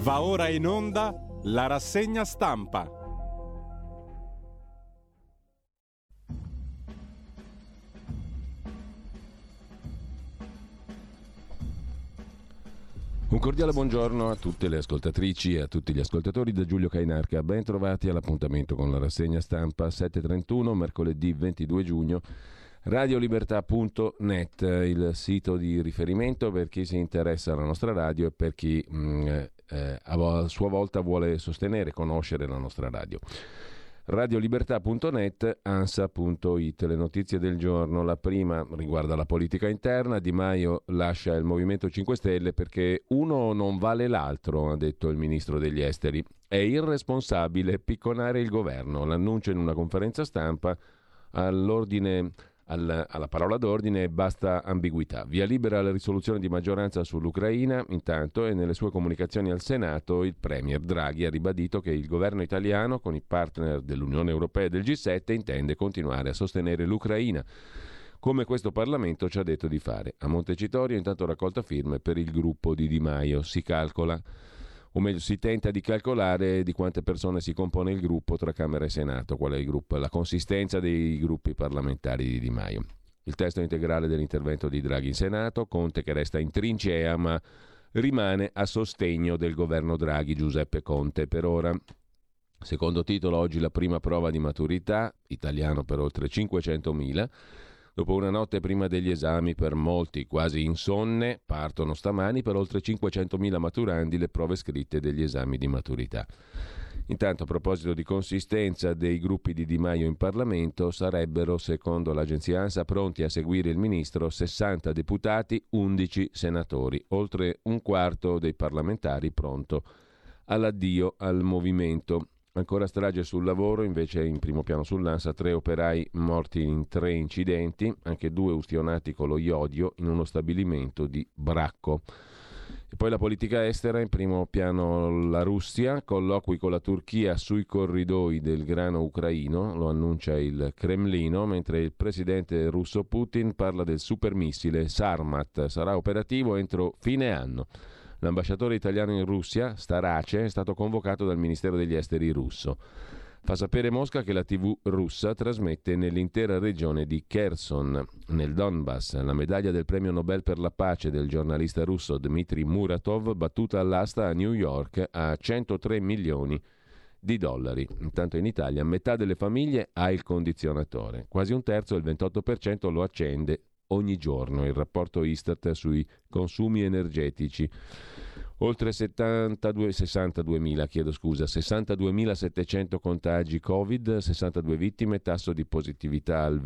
Va ora in onda la rassegna stampa. Un cordiale buongiorno a tutte le ascoltatrici e a tutti gli ascoltatori da Giulio Cainarca. Ben trovati all'appuntamento con la rassegna stampa 7:31, mercoledì 22 giugno. Radiolibertà.net, il sito di riferimento per chi si interessa alla nostra radio e per chi a sua volta vuole sostenere, conoscere la nostra radio. Radiolibertà.net, ansa.it. Le notizie del giorno. La prima riguarda la politica interna. Di Maio lascia il Movimento 5 Stelle perché uno non vale l'altro, ha detto il ministro degli esteri. È irresponsabile picconare il governo. L'annuncio in una conferenza stampa. Alla parola d'ordine basta ambiguità. Via libera alla risoluzione di maggioranza sull'Ucraina. Intanto, e nelle sue comunicazioni al Senato, il premier Draghi ha ribadito che il governo italiano, con i partner dell'Unione Europea e del G7, intende continuare a sostenere l'Ucraina, come questo Parlamento ci ha detto di fare. A Montecitorio, intanto, raccolta firme per il gruppo di Di Maio. Si calcola, o meglio si tenta di calcolare di quante persone si compone il gruppo tra Camera e Senato. Qual è il gruppo? La consistenza dei gruppi parlamentari di Di Maio. Il testo integrale dell'intervento di Draghi in Senato, Conte che resta in trincea ma rimane a sostegno del governo Draghi, Giuseppe Conte per ora. Secondo titolo, oggi la prima prova di maturità, italiano per oltre 500.000. Dopo una notte prima degli esami, per molti quasi insonne, partono stamani per oltre 500.000 maturandi le prove scritte degli esami di maturità. Intanto, a proposito di consistenza dei gruppi di Di Maio in Parlamento, sarebbero, secondo l'agenzia ANSA, pronti a seguire il ministro 60 deputati, 11 senatori, oltre un quarto dei parlamentari pronto all'addio al movimento. Ancora strage sul lavoro, invece in primo piano sull'ANSA, 3 operai morti in 3 incidenti, anche 2 ustionati con lo iodio in uno stabilimento di Bracco. E poi la politica estera, in primo piano la Russia, colloqui con la Turchia sui corridoi del grano ucraino, lo annuncia il Cremlino, mentre il presidente russo Putin parla del supermissile Sarmat, sarà operativo entro fine anno. L'ambasciatore italiano in Russia, Starace, è stato convocato dal Ministero degli Esteri russo. Fa sapere Mosca che la TV russa trasmette nell'intera regione di Kherson, nel Donbass, la medaglia del premio Nobel per la pace del giornalista russo Dmitry Muratov, battuta all'asta a New York a 103 milioni di dollari. Intanto in Italia metà delle famiglie ha il condizionatore, quasi un terzo, il 28%, lo accende ogni giorno. Il rapporto Istat sui consumi energetici. Oltre 62.700 contagi Covid, 62 vittime, tasso di positività al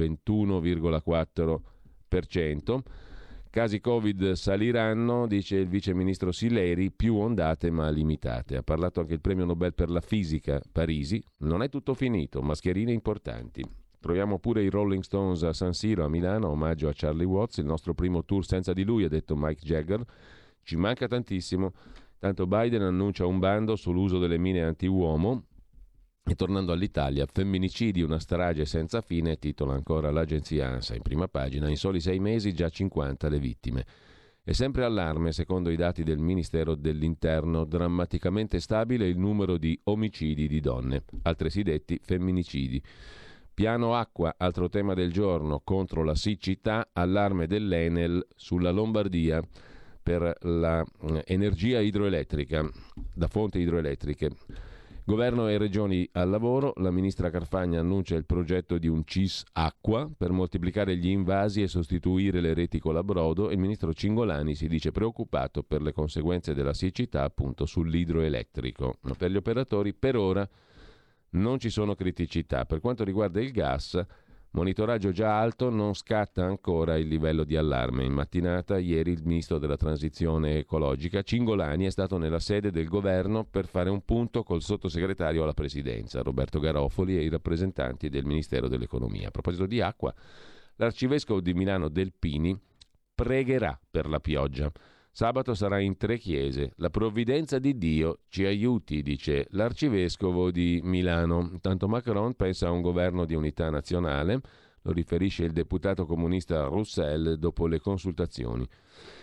21,4%. Casi Covid saliranno, dice il vice ministro Sileri, più ondate ma limitate. Ha parlato anche il premio Nobel per la fisica Parisi. Non è tutto finito, mascherine importanti. Troviamo pure i Rolling Stones a San Siro a Milano, omaggio a Charlie Watts, il nostro primo tour senza di lui, ha detto Mick Jagger. Ci manca tantissimo. Tanto Biden annuncia un bando sull'uso delle mine anti-uomo. E tornando all'Italia, femminicidi, una strage senza fine, titola ancora l'agenzia ANSA in prima pagina. In soli 6 mesi già 50 le vittime. E sempre allarme, secondo i dati del Ministero dell'Interno, drammaticamente stabile il numero di omicidi di donne, altresì detti femminicidi. Piano acqua, altro tema del giorno, contro la siccità, allarme dell'Enel sulla Lombardia per la energia idroelettrica, da fonti idroelettriche. Governo e regioni al lavoro, la ministra Carfagna annuncia il progetto di un CIS acqua per moltiplicare gli invasi e sostituire le reti con la brodo. Il ministro Cingolani si dice preoccupato per le conseguenze della siccità appunto sull'idroelettrico. Ma per gli operatori per ora non ci sono criticità. Per quanto riguarda il gas, monitoraggio già alto, non scatta ancora il livello di allarme. In mattinata, ieri, il ministro della transizione ecologica, Cingolani, è stato nella sede del governo per fare un punto col sottosegretario alla presidenza, Roberto Garofoli, e i rappresentanti del Ministero dell'Economia. A proposito di acqua, l'arcivescovo di Milano Delpini pregherà per la pioggia. Sabato sarà in 3 chiese. La provvidenza di Dio ci aiuti, dice l'arcivescovo di Milano. Intanto Macron pensa a un governo di unità nazionale, lo riferisce il deputato comunista Roussel dopo le consultazioni.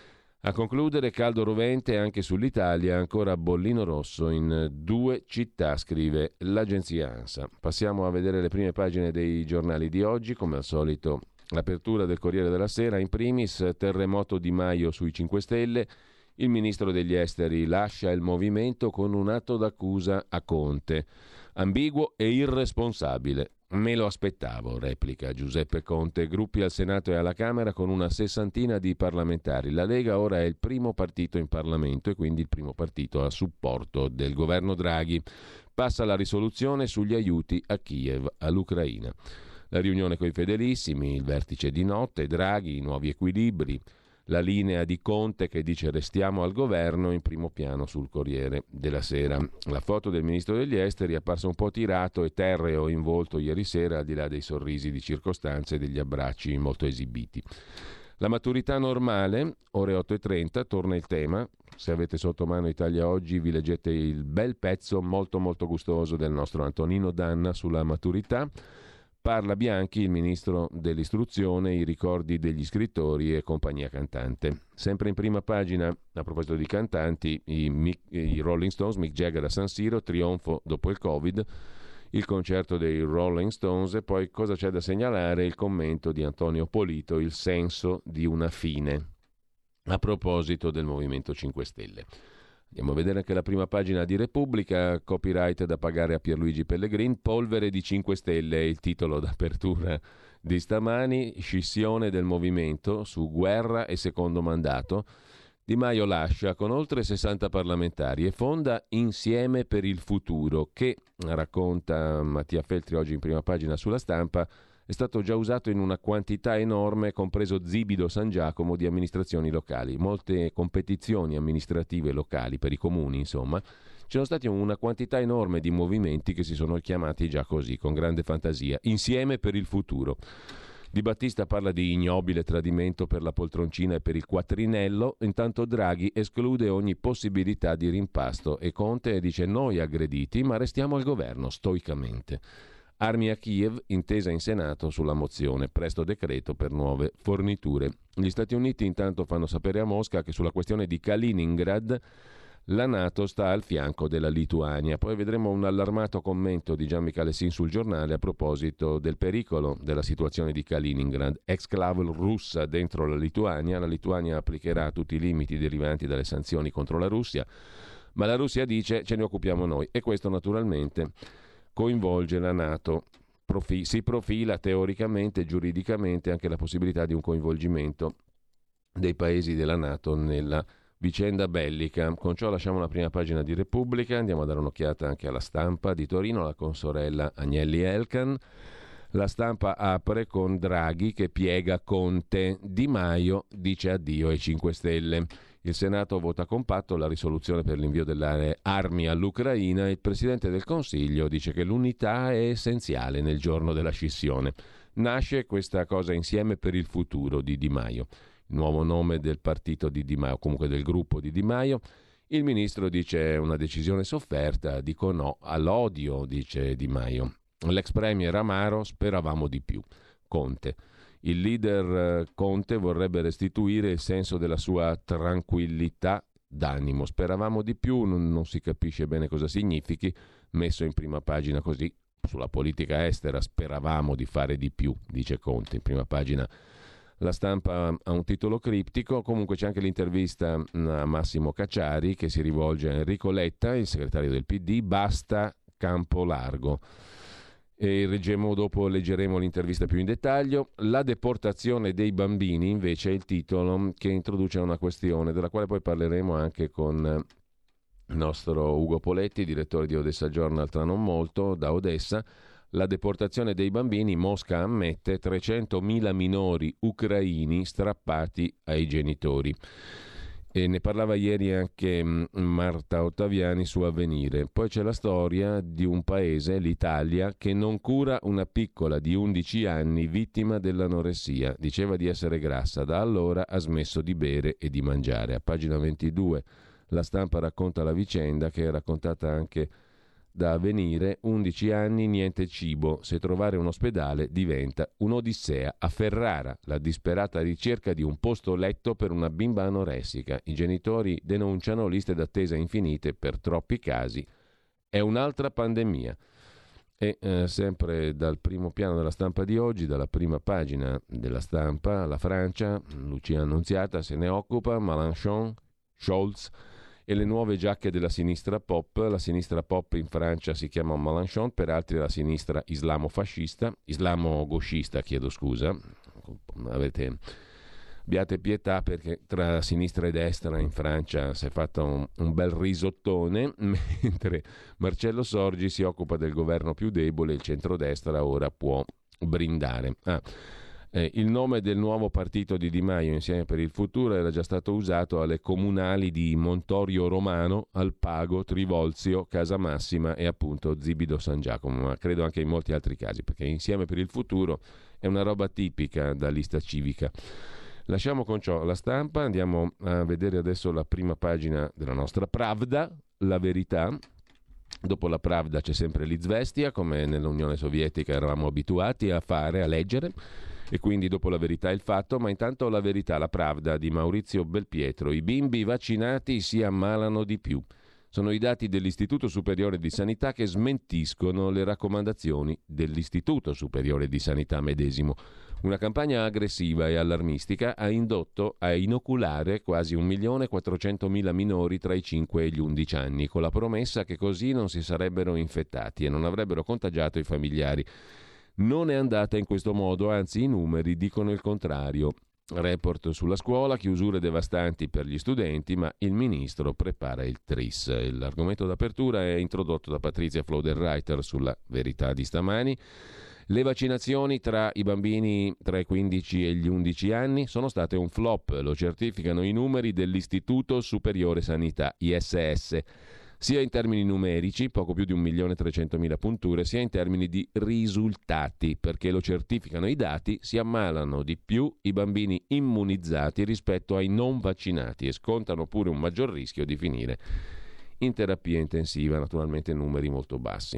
A concludere, caldo rovente anche sull'Italia, ancora bollino rosso in 2 città, scrive l'agenzia ANSA. Passiamo a vedere le prime pagine dei giornali di oggi, come al solito l'apertura del Corriere della Sera, in primis terremoto Di Maio sui 5 Stelle, il ministro degli esteri lascia il movimento con un atto d'accusa a Conte, ambiguo e irresponsabile. Me lo aspettavo, replica Giuseppe Conte. Gruppi al Senato e alla Camera con una 60ina di parlamentari. La Lega ora è il primo partito in Parlamento e quindi il primo partito a supporto del governo Draghi. Passa la risoluzione sugli aiuti a Kiev, all'Ucraina. La riunione coi fedelissimi, il vertice di notte, Draghi, i nuovi equilibri. La linea di Conte che dice restiamo al governo in primo piano sul Corriere della Sera. La foto del ministro degli esteri è apparsa un po' tirato e terreo in volto ieri sera, al di là dei sorrisi di circostanza e degli abbracci molto esibiti. La maturità normale, ore 8:30, torna il tema. Se avete sotto mano Italia Oggi vi leggete il bel pezzo molto molto gustoso del nostro Antonino Danna sulla maturità. Parla Bianchi, il ministro dell'istruzione, i ricordi degli scrittori e compagnia cantante. Sempre in prima pagina, a proposito di cantanti, i Rolling Stones, Mick Jagger a San Siro, trionfo dopo il Covid, il concerto dei Rolling Stones e poi cosa c'è da segnalare? Il commento di Antonio Polito, il senso di una fine, a proposito del Movimento 5 Stelle. Andiamo a vedere anche la prima pagina di Repubblica, copyright da pagare a Pierluigi Pellegrin, polvere di 5 Stelle è il titolo d'apertura di stamani, scissione del movimento su guerra e secondo mandato. Di Maio lascia con oltre 60 parlamentari e fonda Insieme per il futuro che, racconta Mattia Feltri oggi in prima pagina sulla Stampa, è stato già usato in una quantità enorme, compreso Zibido San Giacomo, di amministrazioni locali. Molte competizioni amministrative locali per i comuni, insomma. Ci sono stati una quantità enorme di movimenti che si sono chiamati già così, con grande fantasia. Insieme per il futuro. Di Battista parla di ignobile tradimento per la poltroncina e per il quattrinello, intanto Draghi esclude ogni possibilità di rimpasto e Conte dice noi aggrediti ma restiamo al governo stoicamente. Armi a Kiev, intesa in Senato sulla mozione, presto decreto per nuove forniture. Gli Stati Uniti intanto fanno sapere a Mosca che sulla questione di Kaliningrad la NATO sta al fianco della Lituania. Poi vedremo un allarmato commento di Gian Michalessin sul giornale a proposito del pericolo della situazione di Kaliningrad, exclave russa dentro la Lituania applicherà tutti i limiti derivanti dalle sanzioni contro la Russia, ma la Russia dice ce ne occupiamo noi e questo naturalmente coinvolge la NATO. Si profila teoricamente e giuridicamente anche la possibilità di un coinvolgimento dei paesi della NATO nella vicenda bellica. Con ciò lasciamo la prima pagina di Repubblica, andiamo a dare un'occhiata anche alla Stampa di Torino, la consorella Agnelli Elkann. La Stampa apre con Draghi che piega Conte, Di Maio dice addio ai 5 Stelle. Il Senato vota compatto la risoluzione per l'invio delle armi all'Ucraina e il Presidente del Consiglio dice che l'unità è essenziale nel giorno della scissione. Nasce questa cosa Insieme per il futuro di Di Maio, il nuovo nome del partito di Di Maio, comunque del gruppo di Di Maio. Il ministro dice è una decisione sofferta, dico no all'odio, dice Di Maio. L'ex premier Amaro, speravamo di più. Conte. Il leader Conte vorrebbe restituire il senso della sua tranquillità d'animo. Speravamo di più, non si capisce bene cosa significhi, messo in prima pagina così. Sulla politica estera speravamo di fare di più, dice Conte. In prima pagina La Stampa ha un titolo criptico, comunque c'è anche l'intervista a Massimo Cacciari che si rivolge a Enrico Letta, il segretario del PD, basta campo largo. E dopo leggeremo l'intervista più in dettaglio. La deportazione dei bambini invece è il titolo che introduce una questione della quale poi parleremo anche con il nostro Ugo Poletti, direttore di Odessa Journal tra non molto, da Odessa. La deportazione dei bambini, Mosca ammette 300.000 minori ucraini strappati ai genitori. E ne parlava ieri anche Marta Ottaviani su Avvenire. Poi c'è la storia di un paese, l'Italia, che non cura una piccola di 11 anni vittima dell'anoressia. Diceva di essere grassa, da allora ha smesso di bere e di mangiare. A pagina 22 La Stampa racconta la vicenda che è raccontata anche da avvenire, 11 anni, niente cibo. Se trovare un ospedale diventa un'odissea. A Ferrara, la disperata ricerca di un posto letto per una bimba anoressica. I genitori denunciano liste d'attesa infinite per troppi casi. È un'altra pandemia. E sempre dal primo piano della Stampa di oggi, dalla prima pagina della Stampa, la Francia, Lucia Annunziata se ne occupa, Mélenchon, Scholz e le nuove giacche della sinistra pop. La sinistra pop in Francia si chiama Mélenchon, per altri la sinistra islamo-gauchista, chiedo scusa, abbiate pietà perché tra sinistra e destra in Francia si è fatto un bel risottone, mentre Marcello Sorgi si occupa del governo più debole, il centrodestra ora può brindare. Il nome del nuovo partito di Di Maio, Insieme per il Futuro, era già stato usato alle comunali di Montorio Romano, Alpago, Trivolzio, Casamassima e appunto Zibido San Giacomo, ma credo anche in molti altri casi, perché Insieme per il Futuro è una roba tipica da lista civica. Lasciamo con ciò la Stampa, andiamo a vedere adesso la prima pagina della nostra Pravda, La Verità. Dopo la Pravda c'è sempre l'Izvestia, come nell'Unione Sovietica eravamo abituati a fare, a leggere, e quindi dopo La Verità il Fatto, ma intanto La Verità, la Pravda di Maurizio Belpietro. I bimbi vaccinati si ammalano di più. Sono i dati dell'Istituto Superiore di Sanità che smentiscono le raccomandazioni dell'Istituto Superiore di Sanità medesimo. Una campagna aggressiva e allarmistica ha indotto a inoculare quasi 1.400.000 minori tra i 5 e gli 11 anni, con la promessa che così non si sarebbero infettati e non avrebbero contagiato i familiari. Non è andata in questo modo, anzi i numeri dicono il contrario. Report sulla scuola, chiusure devastanti per gli studenti, ma il ministro prepara il tris. L'argomento d'apertura è introdotto da Patrizia Floderreiter sulla Verità di stamani. Le vaccinazioni tra i bambini tra i 15 e gli 11 anni sono state un flop, lo certificano i numeri dell'Istituto Superiore Sanità, ISS, sia in termini numerici, poco più di 1.300.000 punture, sia in termini di risultati, perché lo certificano i dati, si ammalano di più i bambini immunizzati rispetto ai non vaccinati e scontano pure un maggior rischio di finire in terapia intensiva, naturalmente numeri molto bassi.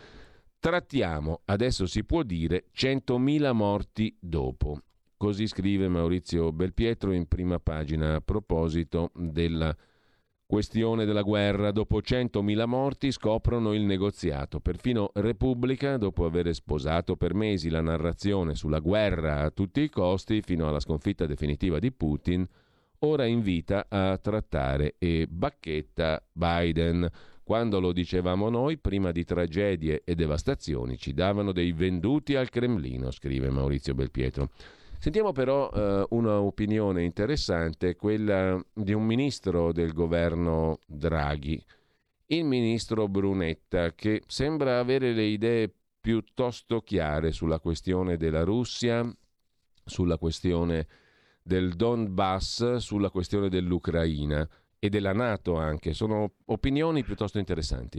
Trattiamo, adesso si può dire, 100.000 morti dopo. Così scrive Maurizio Belpietro in prima pagina a proposito della questione della guerra. Dopo 100.000 morti scoprono il negoziato. Perfino Repubblica, dopo aver sposato per mesi la narrazione sulla guerra a tutti i costi fino alla sconfitta definitiva di Putin, ora invita a trattare e bacchetta Biden. Quando lo dicevamo noi, prima di tragedie e devastazioni, ci davano dei venduti al Cremlino, scrive Maurizio Belpietro. Sentiamo però una opinione interessante, quella di un ministro del governo Draghi, il ministro Brunetta, che sembra avere le idee piuttosto chiare sulla questione della Russia, sulla questione del Donbass, sulla questione dell'Ucraina e della NATO anche. Sono opinioni piuttosto interessanti.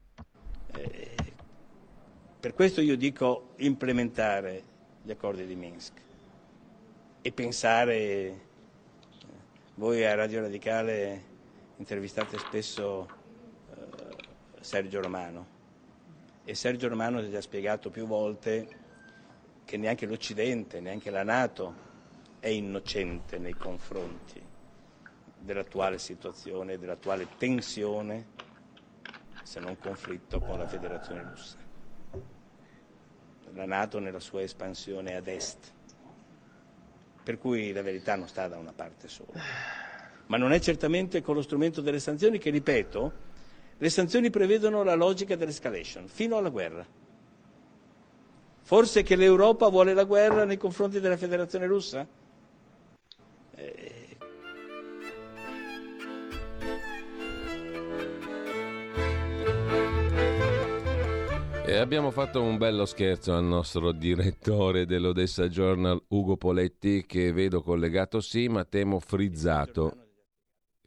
Per questo io dico implementare gli accordi di Minsk e pensare, voi a Radio Radicale intervistate spesso Sergio Romano, e Sergio Romano ti ha spiegato più volte che neanche l'Occidente, neanche la NATO è innocente nei confronti dell'attuale situazione, dell'attuale tensione, se non conflitto, con la Federazione Russa. La NATO nella sua espansione ad est. Per cui la verità non sta da una parte sola. Ma non è certamente con lo strumento delle sanzioni che, ripeto, le sanzioni prevedono la logica dell'escalation, fino alla guerra. Forse che l'Europa vuole la guerra nei confronti della Federazione Russa? E abbiamo fatto un bello scherzo al nostro direttore dell'Odessa Journal, Ugo Poletti, che vedo collegato sì, ma temo frizzato.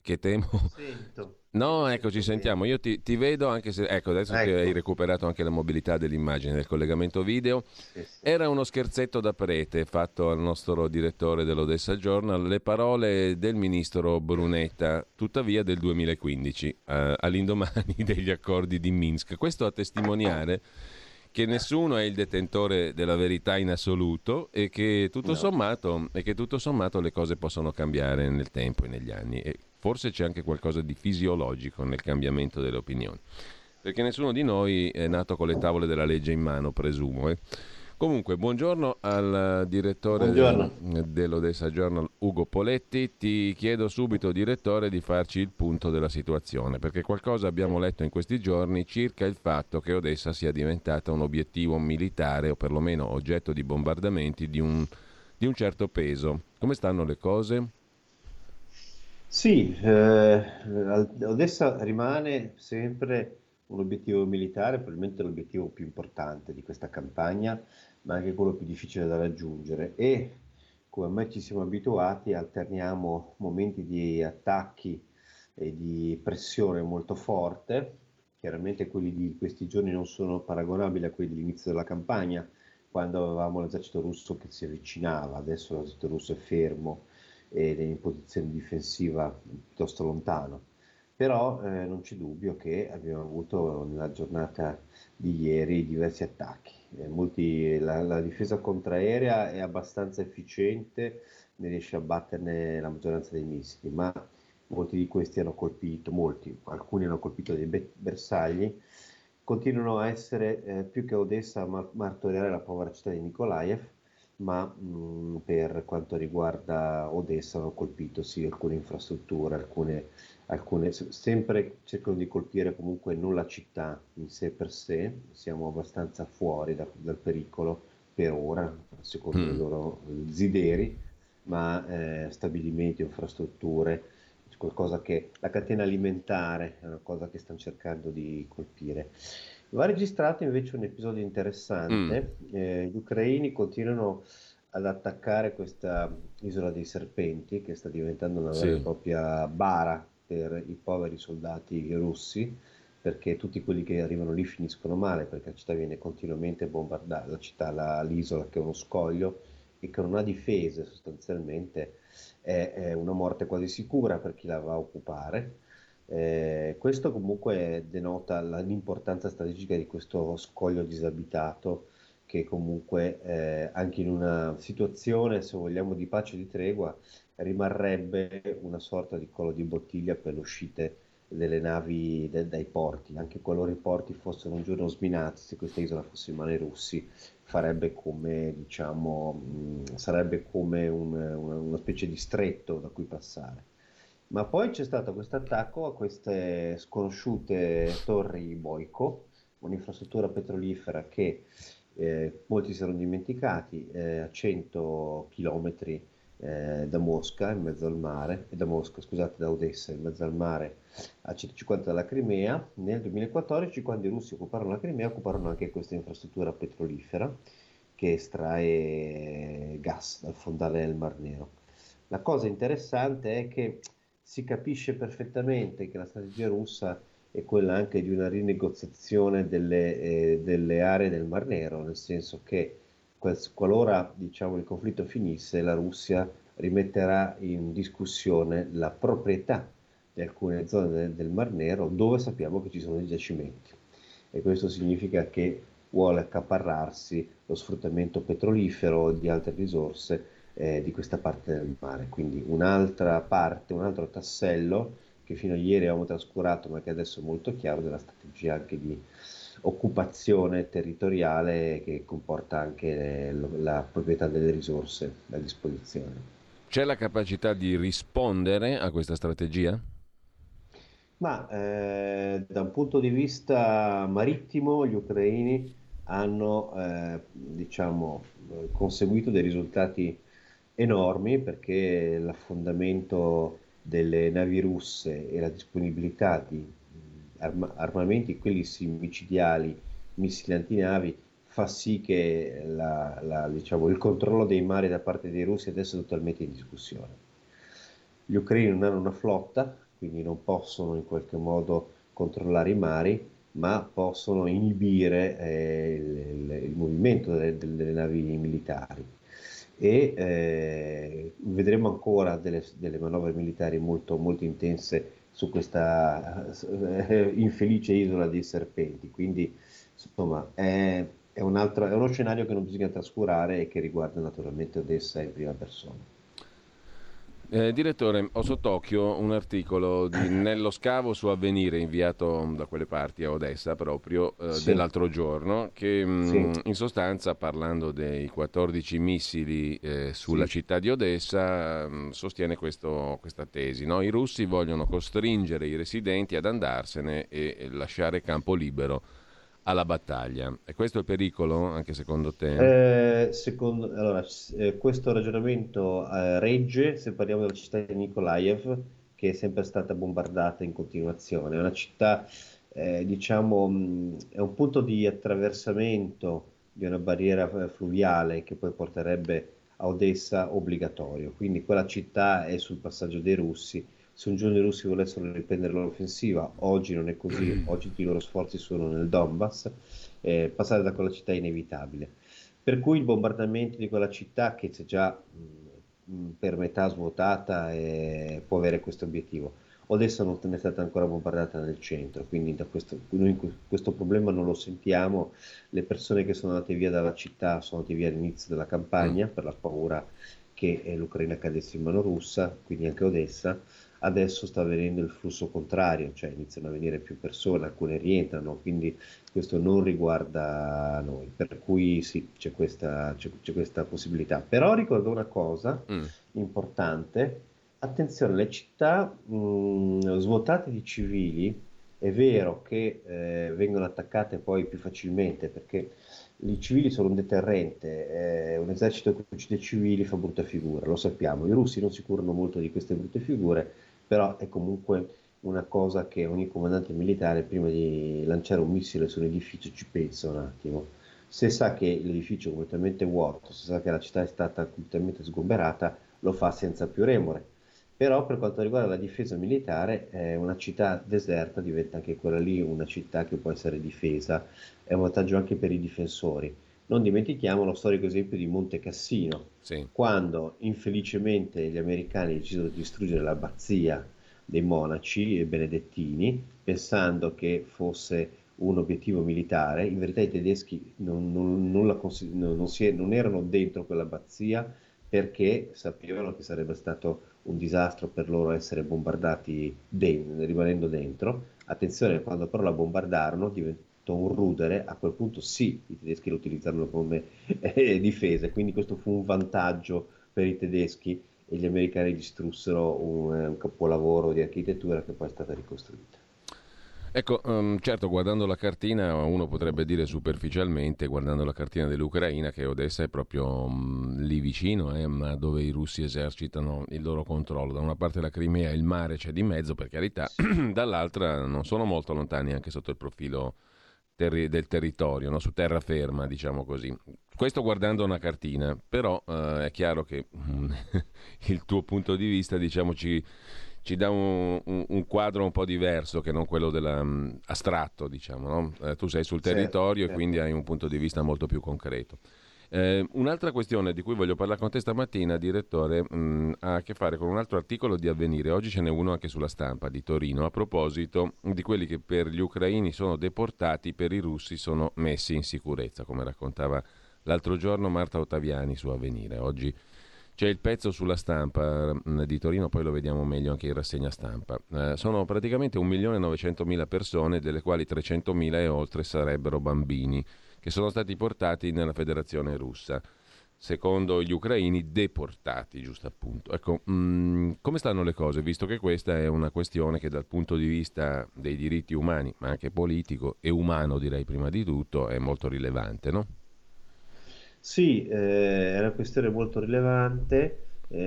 che temo... Sento. No, ecco, ci Sento sentiamo. bene. Io ti vedo, anche se... Ecco, adesso che hai Ecco. recuperato anche la mobilità dell'immagine del collegamento video, Sì, sì. era uno scherzetto da prete fatto al nostro direttore dell'Odessa Journal, le parole del ministro Brunetta, tuttavia del 2015, all'indomani degli accordi di Minsk. Questo a testimoniare che nessuno è il detentore della verità in assoluto e che tutto No. sommato le cose possono cambiare nel tempo e negli anni. E forse c'è anche qualcosa di fisiologico nel cambiamento delle opinioni, perché nessuno di noi è nato con le tavole della legge in mano, presumo. Comunque, buongiorno al direttore Buongiorno. dell'Odessa Journal, Ugo Poletti. Ti chiedo subito, direttore, di farci il punto della situazione, perché qualcosa abbiamo letto in questi giorni circa il fatto che Odessa sia diventata un obiettivo militare, o perlomeno oggetto di bombardamenti di un certo peso. Come stanno le cose? Sì, Odessa rimane sempre un obiettivo militare, probabilmente l'obiettivo più importante di questa campagna, ma anche quello più difficile da raggiungere. E come mai ci siamo abituati, alterniamo momenti di attacchi e di pressione molto forte. Chiaramente quelli di questi giorni non sono paragonabili a quelli dell'inizio della campagna, quando avevamo l'esercito russo che si avvicinava. Adesso l'esercito russo è fermo ed è in posizione difensiva piuttosto lontano. Però non c'è dubbio che abbiamo avuto nella giornata di ieri diversi attacchi. La difesa contraerea è abbastanza efficiente, ne riesce a batterne la maggioranza dei missili, ma molti di questi hanno colpito, alcuni hanno colpito dei bersagli, continuano a essere più che Odessa a martoriare la povera città di Nikolaev, ma per quanto riguarda Odessa hanno colpito sì alcune infrastrutture, sempre cercano di colpire comunque non la città in sé per sé, siamo abbastanza fuori dal pericolo per ora, secondo i loro desideri, ma stabilimenti, infrastrutture, qualcosa che la catena alimentare è una cosa che stanno cercando di colpire. Va registrato invece un episodio interessante. Gli ucraini continuano ad attaccare questa isola dei serpenti, che sta diventando una vera e Sì. propria bara per i poveri soldati russi, perché tutti quelli che arrivano lì finiscono male, perché la città viene continuamente bombardata, l'isola che è uno scoglio e che non ha difese sostanzialmente, è una morte quasi sicura per chi la va a occupare. Questo comunque denota l'importanza strategica di questo scoglio disabitato, che comunque anche in una situazione, se vogliamo, di pace e di tregua, rimarrebbe una sorta di collo di bottiglia per le uscite delle navi dai porti. Anche qualora i porti fossero un giorno sminati, se questa isola fosse in mano ai russi, farebbe come, diciamo, sarebbe come una specie di stretto da cui passare. Ma poi c'è stato questo attacco a queste sconosciute torri Boico, un'infrastruttura petrolifera che molti si erano dimenticati, a 100 km da Mosca, in mezzo al mare, da Mosca, scusate, da Odessa, in mezzo al mare, a 150 dalla Crimea. Nel 2014, quando i russi occuparono la Crimea, occuparono anche questa infrastruttura petrolifera che estrae gas dal fondale del Mar Nero. La cosa interessante è che si capisce perfettamente che la strategia russa è quella anche di una rinegoziazione delle aree del Mar Nero, nel senso che qualora, diciamo, il conflitto finisse, la Russia rimetterà in discussione la proprietà di alcune zone del Mar Nero dove sappiamo che ci sono dei giacimenti, e questo significa che vuole accaparrarsi lo sfruttamento petrolifero e di altre risorse di questa parte del mare. Quindi un'altra parte, un altro tassello che fino a ieri avevamo trascurato, ma che adesso è molto chiaro, della strategia anche di occupazione territoriale, che comporta anche la proprietà delle risorse a disposizione. C'è la capacità di rispondere a questa strategia? Ma da un punto di vista marittimo, gli ucraini hanno diciamo, conseguito dei risultati enormi, perché l'affondamento delle navi russe e la disponibilità di armamenti, quelli sì, micidiali, missili antinavi, fa sì che diciamo, il controllo dei mari da parte dei russi adesso è totalmente in discussione. Gli ucraini non hanno una flotta, quindi non possono in qualche modo controllare i mari, ma possono inibire il movimento delle navi militari. E vedremo ancora delle manovre militari molto, molto intense su questa infelice isola dei serpenti. Quindi, insomma, è uno scenario che non bisogna trascurare e che riguarda naturalmente Odessa in prima persona. Direttore, ho sott'occhio un articolo di Nello Scavo su Avvenire inviato da quelle parti a Odessa proprio Sì, dell'altro giorno che sì, in sostanza parlando dei 14 missili sulla sì. città di Odessa sostiene questa tesi, no? I russi vogliono costringere i residenti ad andarsene e lasciare campo libero alla battaglia. E questo è il pericolo anche secondo te? Allora, questo ragionamento regge se parliamo della città di Mykolaiv, che è sempre stata bombardata in continuazione. È una città, diciamo, è un punto di attraversamento di una barriera fluviale che poi porterebbe a Odessa obbligatorio. Quindi quella città è sul passaggio dei russi. Se un giorno i russi volessero riprendere l'offensiva, oggi non è così, oggi i loro sforzi sono nel Donbass, passare da quella città è inevitabile. Per cui il bombardamento di quella città, che c'è già per metà svuotata, può avere questo obiettivo. Odessa non è stata ancora bombardata nel centro, quindi noi questo problema non lo sentiamo. Le persone che sono andate via dalla città sono andate via all'inizio della Mm. campagna per la paura che l'Ucraina cadesse in mano russa, quindi anche Odessa. Adesso sta avvenendo il flusso contrario, cioè iniziano a venire più persone, alcune rientrano, quindi questo non riguarda noi, per cui sì, c'è questa possibilità. Però ricordo una cosa Mm. importante: attenzione, le città svuotate di civili, è vero che vengono attaccate poi più facilmente perché i civili sono un deterrente, un esercito che uccide civili fa brutta figura, lo sappiamo. I russi non si curano molto di queste brutte figure, però è comunque una cosa che ogni comandante militare prima di lanciare un missile su un edificio ci pensa un attimo. Se sa che l'edificio è completamente vuoto, se sa che la città è stata completamente sgomberata, lo fa senza più remore. Però per quanto riguarda la difesa militare, una città deserta diventa anche quella lì una città che può essere difesa, è un vantaggio anche per i difensori. Non dimentichiamo lo storico esempio di Monte Cassino, Sì. quando infelicemente gli americani decisero di distruggere l'abbazia dei monaci e benedettini, pensando che fosse un obiettivo militare. In verità i tedeschi non erano dentro quell'abbazia perché sapevano che sarebbe stato un disastro per loro essere bombardati rimanendo dentro. Attenzione, quando però la bombardarono diventò un rudere, a quel punto sì, i tedeschi lo utilizzarono come difesa, quindi questo fu un vantaggio per i tedeschi e gli americani distrussero un capolavoro di architettura che poi è stata ricostruita. Ecco, certo, guardando la cartina uno potrebbe dire superficialmente, guardando la cartina dell'Ucraina, che Odessa è proprio lì vicino, ma dove i russi esercitano il loro controllo. Da una parte la Crimea, il mare c'è di mezzo, per carità, dall'altra non sono molto lontani anche sotto il profilo del territorio, no? Su terraferma, diciamo così. Questo guardando una cartina, però è chiaro che il tuo punto di vista, diciamo, ci dà un quadro un po' diverso che non quello astratto, diciamo, no? Tu sei sul Certo, territorio e quindi certo. hai un punto di vista molto più concreto. Un'altra questione di cui voglio parlare con te stamattina, direttore, ha a che fare con un altro articolo di Avvenire. Oggi ce n'è uno anche sulla Stampa di Torino a proposito di quelli che per gli ucraini sono deportati, per i russi sono messi in sicurezza, come raccontava l'altro giorno Marta Ottaviani su Avvenire. Oggi c'è il pezzo sulla Stampa di Torino, poi lo vediamo meglio anche in rassegna stampa. Sono praticamente 1.900.000 persone, delle quali 300.000 e oltre sarebbero bambini, che sono stati portati nella Federazione Russa, secondo gli ucraini deportati, giusto appunto. Ecco, come stanno le cose, visto che questa è una questione che dal punto di vista dei diritti umani, ma anche politico e umano direi prima di tutto, è molto rilevante, no? Sì, è una questione molto rilevante.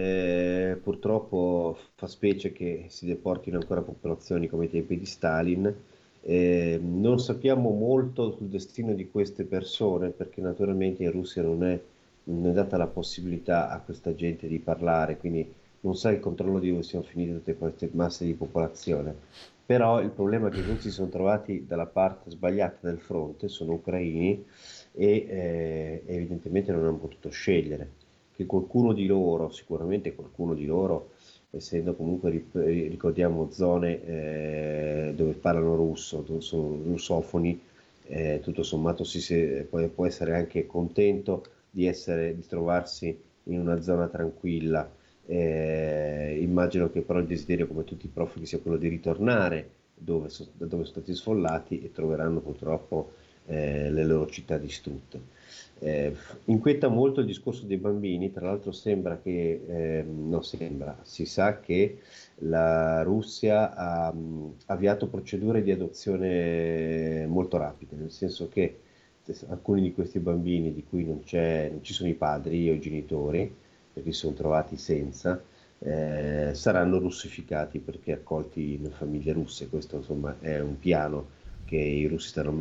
Purtroppo fa specie che si deportino ancora popolazioni come ai tempi di Stalin. Non sappiamo molto sul destino di queste persone perché naturalmente in Russia non è data la possibilità a questa gente di parlare, quindi non sa il controllo di dove siano finite tutte queste masse di popolazione. Però il problema è che i russi si sono trovati dalla parte sbagliata del fronte, sono ucraini e evidentemente non hanno potuto scegliere. Che qualcuno di loro, sicuramente qualcuno di loro, essendo comunque, ricordiamo, zone dove parlano russo, dove sono russofoni, tutto sommato può essere anche contento di trovarsi in una zona tranquilla. Immagino che però il desiderio, come tutti i profughi, sia quello di ritornare da dove sono stati sfollati e troveranno purtroppo le loro città distrutte. Inquieta molto il discorso dei bambini, tra l'altro si sa che la Russia ha avviato procedure di adozione molto rapide, nel senso che alcuni di questi bambini di cui non ci sono i padri o i genitori, perché si sono trovati senza, saranno russificati perché accolti in famiglie russe. Questo insomma è un piano che i russi stanno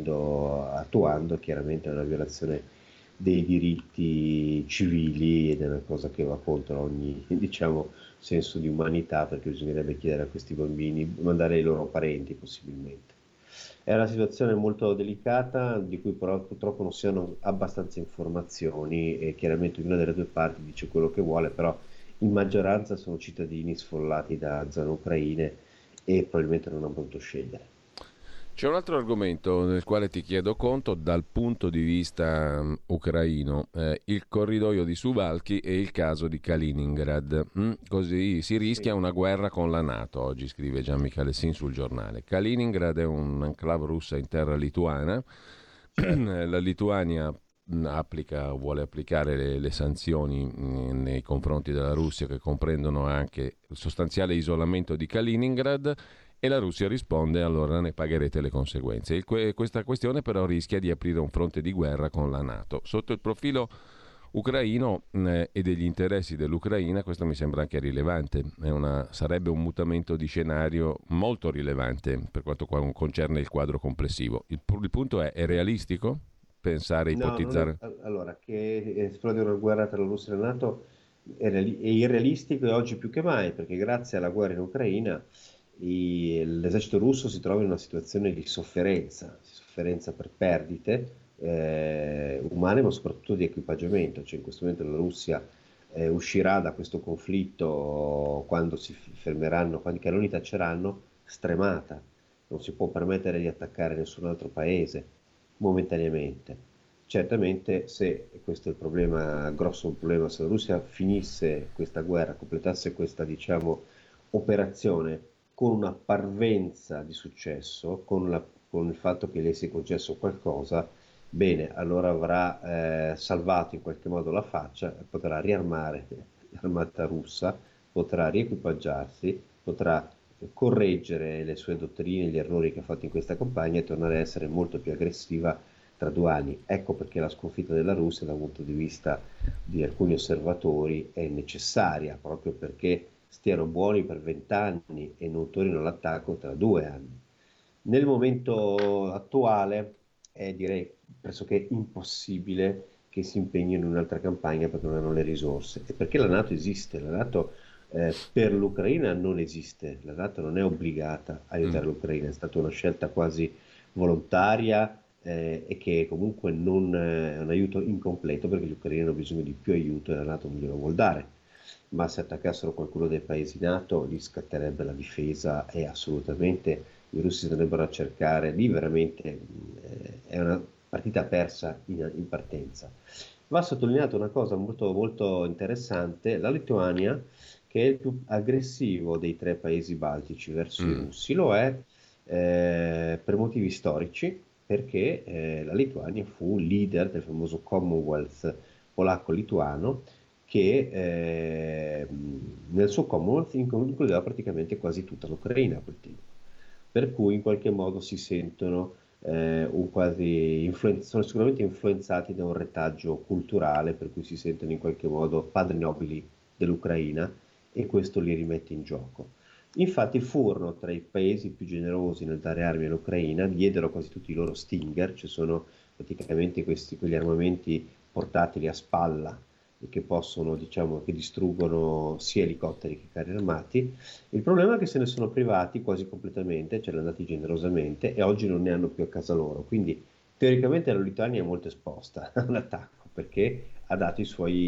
attuando, chiaramente è una violazione dei diritti civili ed è una cosa che va contro ogni, diciamo, senso di umanità, perché bisognerebbe chiedere a questi bambini, mandare ai loro parenti possibilmente. È una situazione molto delicata di cui però purtroppo non si hanno abbastanza informazioni e chiaramente ognuna delle due parti dice quello che vuole, però in maggioranza sono cittadini sfollati da zone ucraine e probabilmente non hanno potuto scegliere. C'è un altro argomento nel quale ti chiedo conto dal punto di vista ucraino, il corridoio di Suwalki e il caso di Kaliningrad. Così si rischia una guerra con la NATO, oggi scrive Gian Michele Sin sul giornale. Kaliningrad è un'enclave russa in terra lituana. La Lituania vuole applicare le sanzioni nei confronti della Russia, che comprendono anche il sostanziale isolamento di Kaliningrad. E la Russia risponde: allora ne pagherete le conseguenze. Questa questione però rischia di aprire un fronte di guerra con la NATO. Sotto il profilo ucraino e degli interessi dell'Ucraina, questo mi sembra anche rilevante. Sarebbe un mutamento di scenario molto rilevante per quanto concerne il quadro complessivo. Il punto è realistico pensare, No, ipotizzare? allora, che esplode una guerra tra la Russia e la NATO è irrealistico e oggi più che mai, perché grazie alla guerra in Ucraina l'esercito russo si trova in una situazione di sofferenza per perdite umane, ma soprattutto di equipaggiamento. Cioè, in questo momento la Russia uscirà da questo conflitto quando si fermeranno, quando i cannoni tacceranno, stremata. Non si può permettere di attaccare nessun altro paese momentaneamente. Certamente, se questo è il problema, grosso problema, se la Russia finisse questa guerra, completasse questa, diciamo, operazione con una parvenza di successo, con il fatto che le sia concesso qualcosa, bene, allora avrà salvato in qualche modo la faccia e potrà riarmare l'armata russa, potrà riequipaggiarsi, potrà correggere le sue dottrine, gli errori che ha fatto in questa campagna e tornare a essere molto più aggressiva tra 2 anni. Ecco perché la sconfitta della Russia, dal punto di vista di alcuni osservatori, è necessaria, proprio perché stiano buoni per 20 anni e non tornino all'attacco tra 2 anni. Nel momento attuale è, direi, pressoché impossibile che si impegnino in un'altra campagna perché non hanno le risorse e perché la NATO esiste. La NATO per l'Ucraina non esiste, la NATO non è obbligata a aiutare l'Ucraina, è stata una scelta quasi volontaria e che comunque non è un aiuto incompleto, perché gli ucraini hanno bisogno di più aiuto e la NATO non glielo vuol dare. Ma se attaccassero qualcuno dei paesi NATO gli scatterebbe la difesa e assolutamente i russi andrebbero a cercare lì, veramente è una partita persa in partenza. Va sottolineata una cosa molto, molto interessante: la Lituania, che è il più aggressivo dei 3 paesi baltici verso i russi, lo è per motivi storici, perché la Lituania fu leader del famoso Commonwealth polacco-lituano, che nel suo Commonwealth includeva praticamente quasi tutta l'Ucraina a quel tempo, per cui in qualche modo si sentono sono sicuramente influenzati da un retaggio culturale, per cui si sentono in qualche modo padri nobili dell'Ucraina e questo li rimette in gioco. Infatti furono tra i paesi più generosi nel dare armi all'Ucraina, diedero quasi tutti i loro Stinger, cioè sono praticamente quegli armamenti portatili a spalla e che possono, diciamo, che distruggono sia elicotteri che carri armati. Il problema è che se ne sono privati quasi completamente, ce li hanno dati generosamente e oggi non ne hanno più a casa loro. Quindi teoricamente la Lituania è molto esposta all'attacco perché ha dato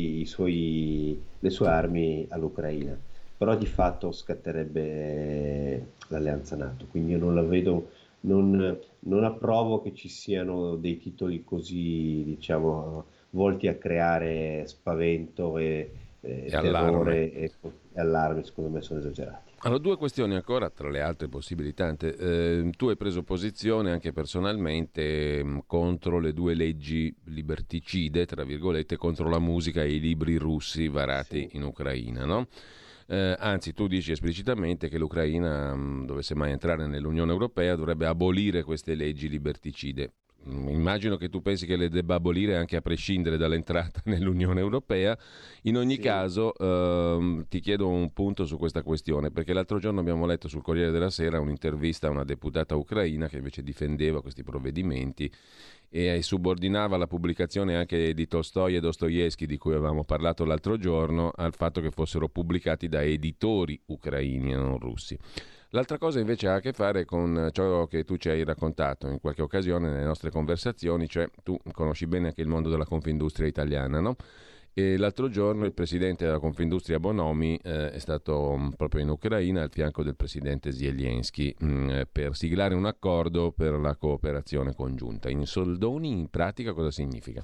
le sue armi all'Ucraina, però di fatto scatterebbe l'alleanza NATO, quindi io non la vedo, non approvo che ci siano dei titoli così, diciamo, volti a creare spavento e E allarme. terrore e allarme, secondo me sono esagerati. Allora, due questioni ancora, tra le altre possibili tante. Tu hai preso posizione anche personalmente contro le due leggi liberticide, tra virgolette, contro la musica e i libri russi varati Sì. in Ucraina, no? Anzi, tu dici esplicitamente che l'Ucraina, dovesse mai entrare nell'Unione Europea, dovrebbe abolire queste leggi liberticide. Immagino che tu pensi che le debba abolire anche a prescindere dall'entrata nell'Unione Europea. In ogni Sì. caso, ti chiedo un punto su questa questione, perché l'altro giorno abbiamo letto sul Corriere della Sera un'intervista a una deputata ucraina che invece difendeva questi provvedimenti e subordinava la pubblicazione anche di Tolstoi e Dostoevsky, di cui avevamo parlato l'altro giorno, al fatto che fossero pubblicati da editori ucraini e non russi. L'altra cosa invece ha a che fare con ciò che tu ci hai raccontato in qualche occasione nelle nostre conversazioni, cioè tu conosci bene anche il mondo della Confindustria italiana, no? E l'altro giorno il presidente della Confindustria Bonomi è stato proprio in Ucraina al fianco del presidente Zelensky per siglare un accordo per la cooperazione congiunta. In soldoni, in pratica, cosa significa?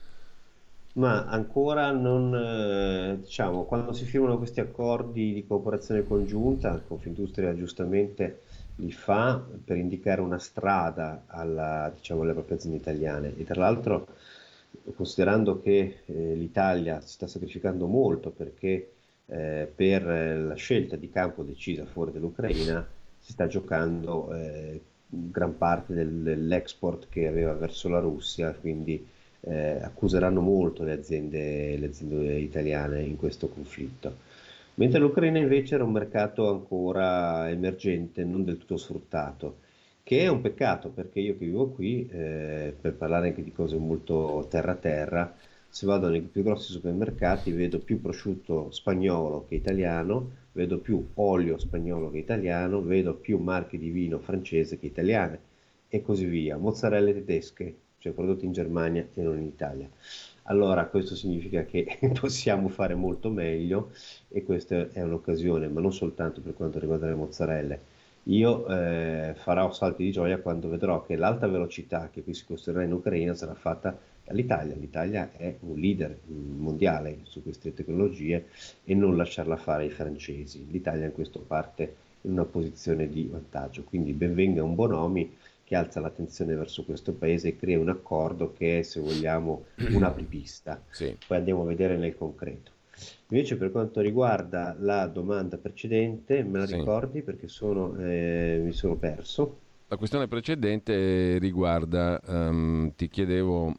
Ma ancora non, diciamo, quando si firmano questi accordi di cooperazione congiunta, Confindustria giustamente li fa per indicare una strada diciamo, alle proprie aziende italiane. E tra l'altro, considerando che l'Italia si sta sacrificando molto perché per la scelta di campo decisa fuori dall'Ucraina si sta giocando gran parte dell'export che aveva verso la Russia, quindi accuseranno molto le aziende italiane in questo conflitto. Mentre l'Ucraina invece era un mercato ancora emergente, non del tutto sfruttato, che è un peccato perché io che vivo qui, per parlare anche di cose molto terra-terra, se vado nei più grossi supermercati vedo più prosciutto spagnolo che italiano, vedo più olio spagnolo che italiano, vedo più marche di vino francese che italiane e così via, mozzarelle tedesche, cioè prodotti in Germania e non in Italia. Allora, questo significa che possiamo fare molto meglio e questa è un'occasione, ma non soltanto per quanto riguarda le mozzarelle. Io farò salti di gioia quando vedrò che l'alta velocità che qui si costruirà in Ucraina sarà fatta dall'Italia. L'Italia è un leader mondiale su queste tecnologie e non lasciarla fare ai francesi. L'Italia in questo parte in una posizione di vantaggio. Quindi benvenga un Bonomi che alza l'attenzione verso questo paese e crea un accordo che è, se vogliamo, un'apripista. Sì. Poi andiamo a vedere nel concreto. Invece per quanto riguarda la domanda precedente, me la Sì. ricordi perché mi sono perso? La questione precedente riguarda, ti chiedevo,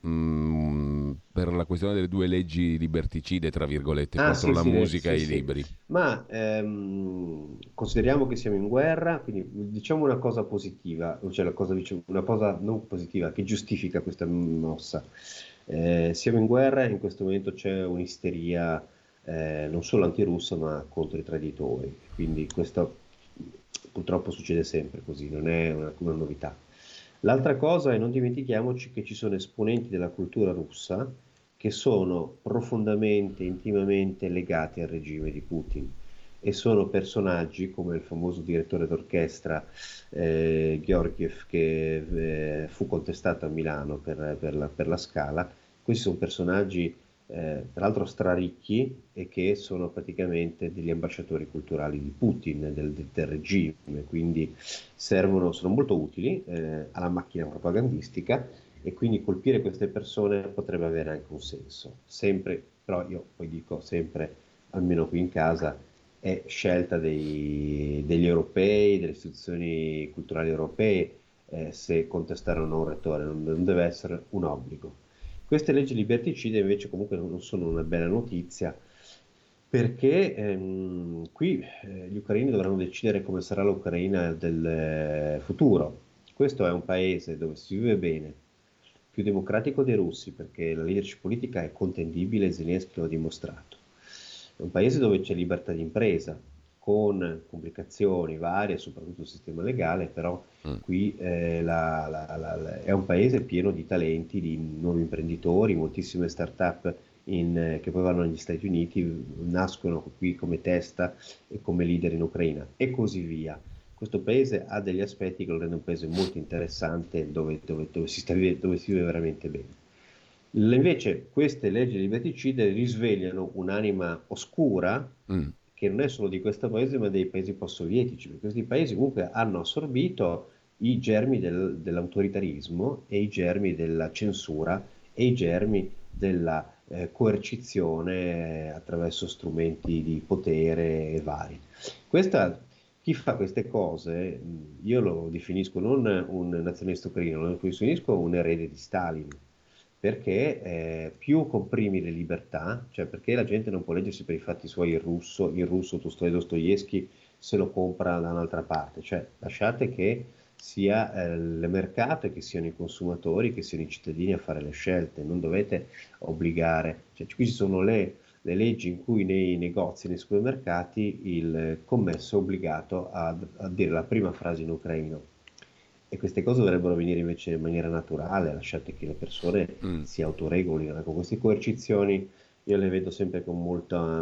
per la questione delle due leggi liberticide, tra virgolette, Ah, contro sì, la sì, musica sì, e i sì. libri. Ma consideriamo che siamo in guerra, quindi diciamo una cosa positiva, cioè una cosa non positiva che giustifica questa mossa. Siamo in guerra e in questo momento c'è un'isteria non solo antirussa ma contro i traditori, quindi questo purtroppo succede sempre così, non è una novità. L'altra cosa è non dimentichiamoci che ci sono esponenti della cultura russa che sono profondamente, intimamente legati al regime di Putin e sono personaggi come il famoso direttore d'orchestra Georgiev che fu contestato a Milano per la Scala. Questi sono personaggi tra l'altro straricchi e che sono praticamente degli ambasciatori culturali di Putin, del regime, quindi sono molto utili alla macchina propagandistica e quindi colpire queste persone potrebbe avere anche un senso. Sempre, però io poi dico sempre, almeno qui in casa, è scelta degli europei, delle istituzioni culturali europee, se contestare o no un rettore, non deve essere un obbligo. Queste leggi liberticide invece comunque non sono una bella notizia perché qui gli ucraini dovranno decidere come sarà l'Ucraina del futuro. Questo è un paese dove si vive bene, più democratico dei russi, perché la leadership politica è contendibile e Zelensky lo ha dimostrato. È un paese dove c'è libertà di impresa, con complicazioni varie, soprattutto il sistema legale, però qui è un paese pieno di talenti, di nuovi imprenditori, moltissime start-up che poi vanno negli Stati Uniti, nascono qui come testa e come leader in Ucraina e così via. Questo paese ha degli aspetti che lo rendono un paese molto interessante dove si vive veramente bene. Invece queste leggi liberticide risvegliano un'anima oscura che non è solo di questo paese ma dei paesi post-sovietici, perché questi paesi comunque hanno assorbito i germi dell'autoritarismo e i germi della censura e i germi della coercizione attraverso strumenti di potere vari. Chi fa queste cose, io lo definisco non un nazionalista ucraino, lo definisco un erede di Stalin, perché più comprimi le libertà, cioè perché la gente non può leggersi per i fatti suoi il russo Dostoevskij se lo compra da un'altra parte, cioè lasciate che sia il mercato e che siano i consumatori, che siano i cittadini a fare le scelte, non dovete obbligare, cioè qui ci sono le leggi in cui nei negozi, nei supermercati il commesso è obbligato a dire la prima frase in ucraino e queste cose dovrebbero venire invece in maniera naturale, lasciate che le persone si autoregolino. Con queste coercizioni io le vedo sempre con molta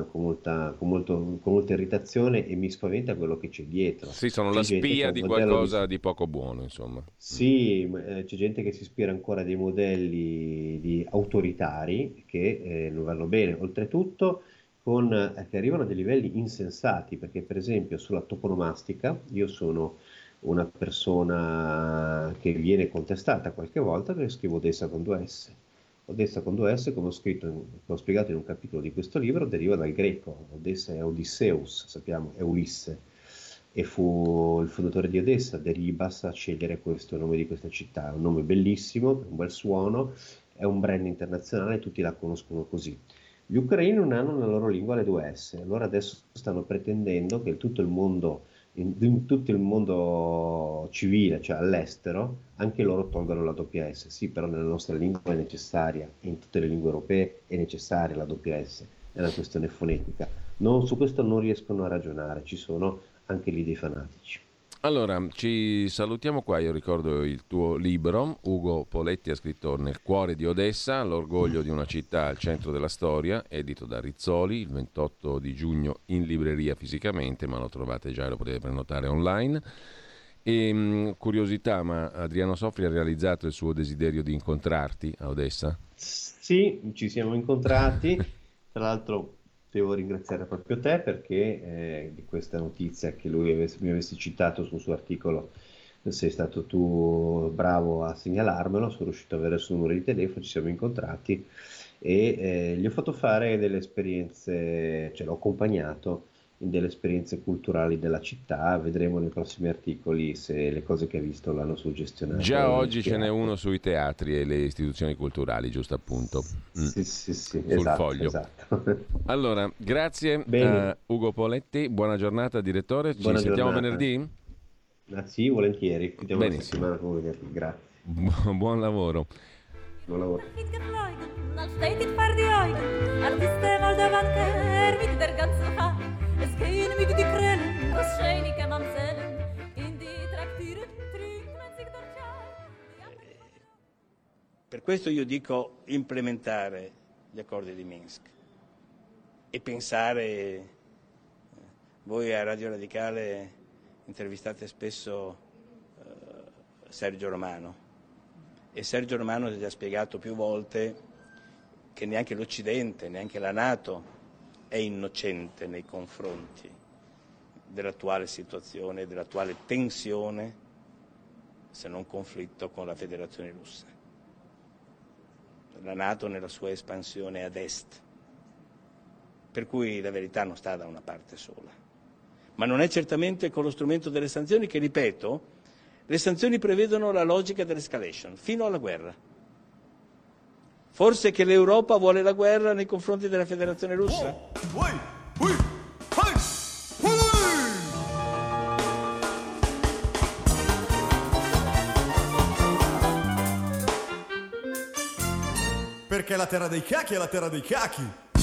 irritazione e mi spaventa quello che c'è dietro. Sì, sono la spia di qualcosa di poco buono, insomma. Sì, c'è gente che si ispira ancora a dei modelli autoritari che non vanno bene. Oltretutto che arrivano a dei livelli insensati, perché per esempio sulla toponomastica io sono una persona che viene contestata qualche volta perché scrivo Odessa con 2 S. Odessa con 2 S, come ho spiegato in un capitolo di questo libro, deriva dal greco. Odessa è Odysseus, sappiamo, è Ulisse, e fu il fondatore di Odessa, Deribas, a scegliere questo nome di questa città. È un nome bellissimo, un bel suono, è un brand internazionale, tutti la conoscono così. Gli ucraini non hanno nella loro lingua le 2 S, allora adesso stanno pretendendo che in tutto il mondo civile, cioè all'estero, anche loro tolgono la doppia S. Sì, però nella nostra lingua è necessaria, in tutte le lingue europee è necessaria la doppia S, è una questione fonetica. Su questo non riescono a ragionare, ci sono anche lì dei fanatici. Allora, ci salutiamo qua, io ricordo il tuo libro, Ugo Poletti ha scritto Nel cuore di Odessa, l'orgoglio di una città al centro della storia, edito da Rizzoli, il 28 di giugno in libreria fisicamente, ma lo trovate già e lo potete prenotare online. E curiosità, ma Adriano Sofri ha realizzato il suo desiderio di incontrarti a Odessa? Sì, ci siamo incontrati, tra l'altro devo ringraziare proprio te perché di questa notizia che lui mi avesse citato sul suo articolo, sei stato tu bravo a segnalarmelo, sono riuscito ad avere il suo numero di telefono, ci siamo incontrati e gli ho fatto fare delle esperienze, cioè l'ho accompagnato in delle esperienze culturali della città, vedremo nei prossimi articoli se le cose che ha visto l'hanno suggestionato. Già oggi ce n'è uno sui teatri e le istituzioni culturali, giusto appunto. Sì, sul esatto, foglio. Esatto. Allora, grazie a Ugo Poletti, buona giornata direttore, ci sentiamo venerdì? Sì, volentieri, benissimo. Grazie. Buon lavoro. Buon lavoro. Per questo io dico implementare gli accordi di Minsk e pensare, voi a Radio Radicale intervistate spesso Sergio Romano e Sergio Romano ti ha spiegato più volte che neanche l'Occidente, neanche la NATO è innocente nei confronti dell'attuale situazione, dell'attuale tensione, se non conflitto con la Federazione Russa. La NATO nella sua espansione ad est, per cui la verità non sta da una parte sola. Ma non è certamente con lo strumento delle sanzioni che, ripeto, le sanzioni prevedono la logica dell'escalation, fino alla guerra. Forse che l'Europa vuole la guerra nei confronti della Federazione Russa? Perché la terra dei cachi è la terra dei cachi.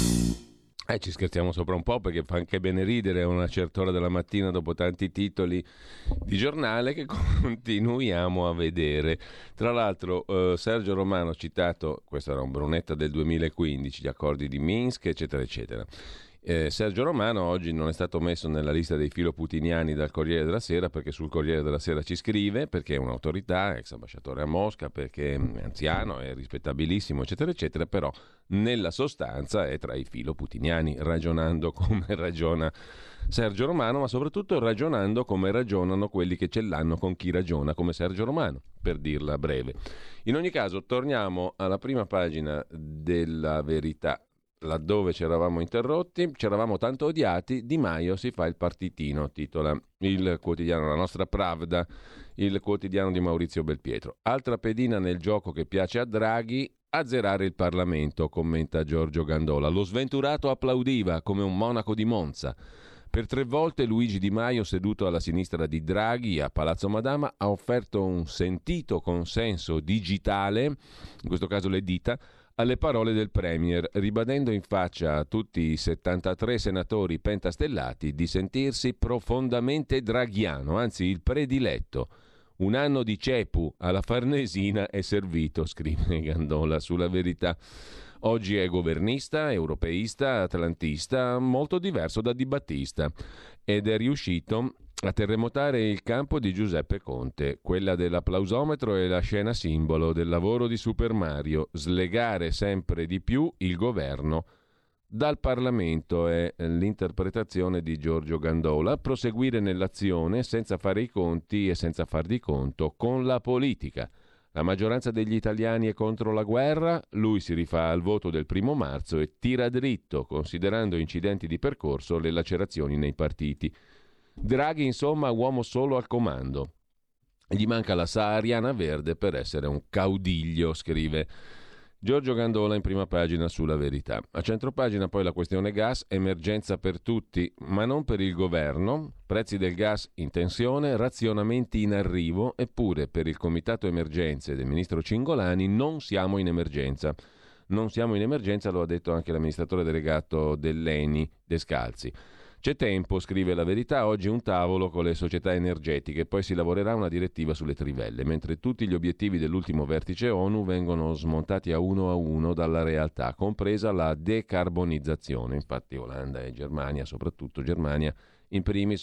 Ci scherziamo sopra un po' perché fa anche bene ridere a una certa ora della mattina dopo tanti titoli di giornale che continuiamo a vedere. Tra l'altro Sergio Romano ha citato, questo era un Brunetta del 2015, gli accordi di Minsk, eccetera, eccetera. Sergio Romano oggi non è stato messo nella lista dei filoputiniani dal Corriere della Sera perché sul Corriere della Sera ci scrive, perché è un'autorità, ex ambasciatore a Mosca, perché è anziano, è rispettabilissimo, eccetera, eccetera, però nella sostanza è tra i filoputiniani, ragionando come ragiona Sergio Romano, ma soprattutto ragionando come ragionano quelli che ce l'hanno con chi ragiona come Sergio Romano, per dirla breve. In ogni caso, torniamo alla prima pagina della Verità, laddove ci eravamo interrotti, ci eravamo tanto odiati, Di Maio si fa il partitino, titola il quotidiano La Nostra Pravda, il quotidiano di Maurizio Belpietro. Altra pedina nel gioco che piace a Draghi, azzerare il Parlamento, commenta Giorgio Gandola. Lo sventurato applaudiva come un monaco di Monza. Per 3 volte Luigi Di Maio, seduto alla sinistra di Draghi a Palazzo Madama, ha offerto un sentito consenso digitale, in questo caso le dita, alle parole del Premier, ribadendo in faccia a tutti i 73 senatori pentastellati di sentirsi profondamente draghiano, anzi il prediletto. Un anno di cepu alla Farnesina è servito, scrive Gandola sulla Verità. Oggi è governista, europeista, atlantista, molto diverso da Di Battista, ed è riuscito a terremotare il campo di Giuseppe Conte, quella dell'applausometro è la scena simbolo del lavoro di Super Mario, slegare sempre di più il governo dal Parlamento è l'interpretazione di Giorgio Gandola, proseguire nell'azione senza fare i conti e senza far di conto con la politica. La maggioranza degli italiani è contro la guerra, lui si rifà al voto del 1 marzo e tira dritto, considerando incidenti di percorso le lacerazioni nei partiti. Draghi, insomma, uomo solo al comando. Gli manca la sahariana verde per essere un caudiglio, scrive Giorgio Gandola in prima pagina sulla Verità. A centropagina poi la questione gas, emergenza per tutti, ma non per il governo, prezzi del gas in tensione, razionamenti in arrivo, eppure per il comitato emergenze del ministro Cingolani non siamo in emergenza. Non siamo in emergenza, lo ha detto anche l'amministratore delegato dell'ENI, Descalzi. C'è tempo, scrive La Verità, oggi un tavolo con le società energetiche, poi si lavorerà a una direttiva sulle trivelle, mentre tutti gli obiettivi dell'ultimo vertice ONU vengono smontati a uno dalla realtà, compresa la decarbonizzazione. Infatti Olanda e Germania, soprattutto Germania, in primis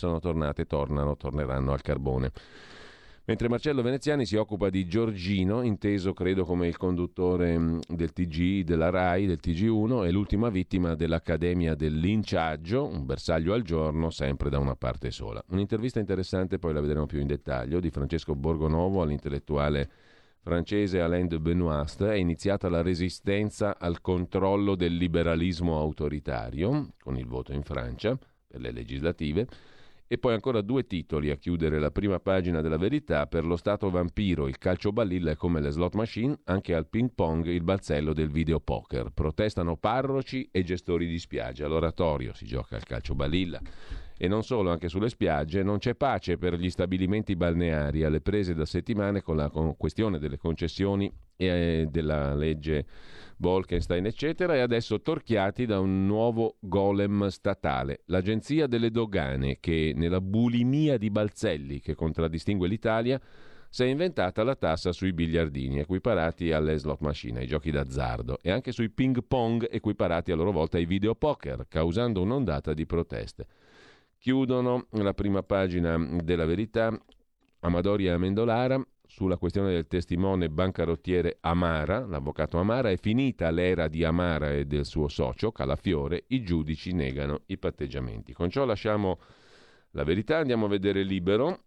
torneranno al carbone. Mentre Marcello Veneziani si occupa di Giorgino, inteso credo come il conduttore del TG, della RAI, del TG1, e l'ultima vittima dell'Accademia del linciaggio, un bersaglio al giorno, sempre da una parte sola. Un'intervista interessante, poi la vedremo più in dettaglio, di Francesco Borgonovo all'intellettuale francese Alain de Benoist. È iniziata la resistenza al controllo del liberalismo autoritario, con il voto in Francia per le legislative. E poi ancora 2 titoli a chiudere la prima pagina della Verità. Per lo Stato vampiro il calcio balilla è come le slot machine, anche al ping pong il balzello del videopoker. Protestano parroci e gestori di spiaggia. All'oratorio si gioca al calcio balilla. E non solo, anche sulle spiagge non c'è pace per gli stabilimenti balneari, alle prese da settimane con la questione delle concessioni e della legge Bolkestein eccetera, e adesso torchiati da un nuovo golem statale, l'Agenzia delle Dogane, che nella bulimia di balzelli che contraddistingue l'Italia si è inventata la tassa sui biliardini equiparati alle slot machine, ai giochi d'azzardo, e anche sui ping pong equiparati a loro volta ai videopoker, causando un'ondata di proteste. Chiudono la prima pagina della Verità Amadori e Amendolara sulla questione del testimone bancarottiere Amara, l'avvocato Amara. È finita l'era di Amara e del suo socio Calafiore, i giudici negano i patteggiamenti. Con ciò lasciamo la Verità, andiamo a vedere Libero.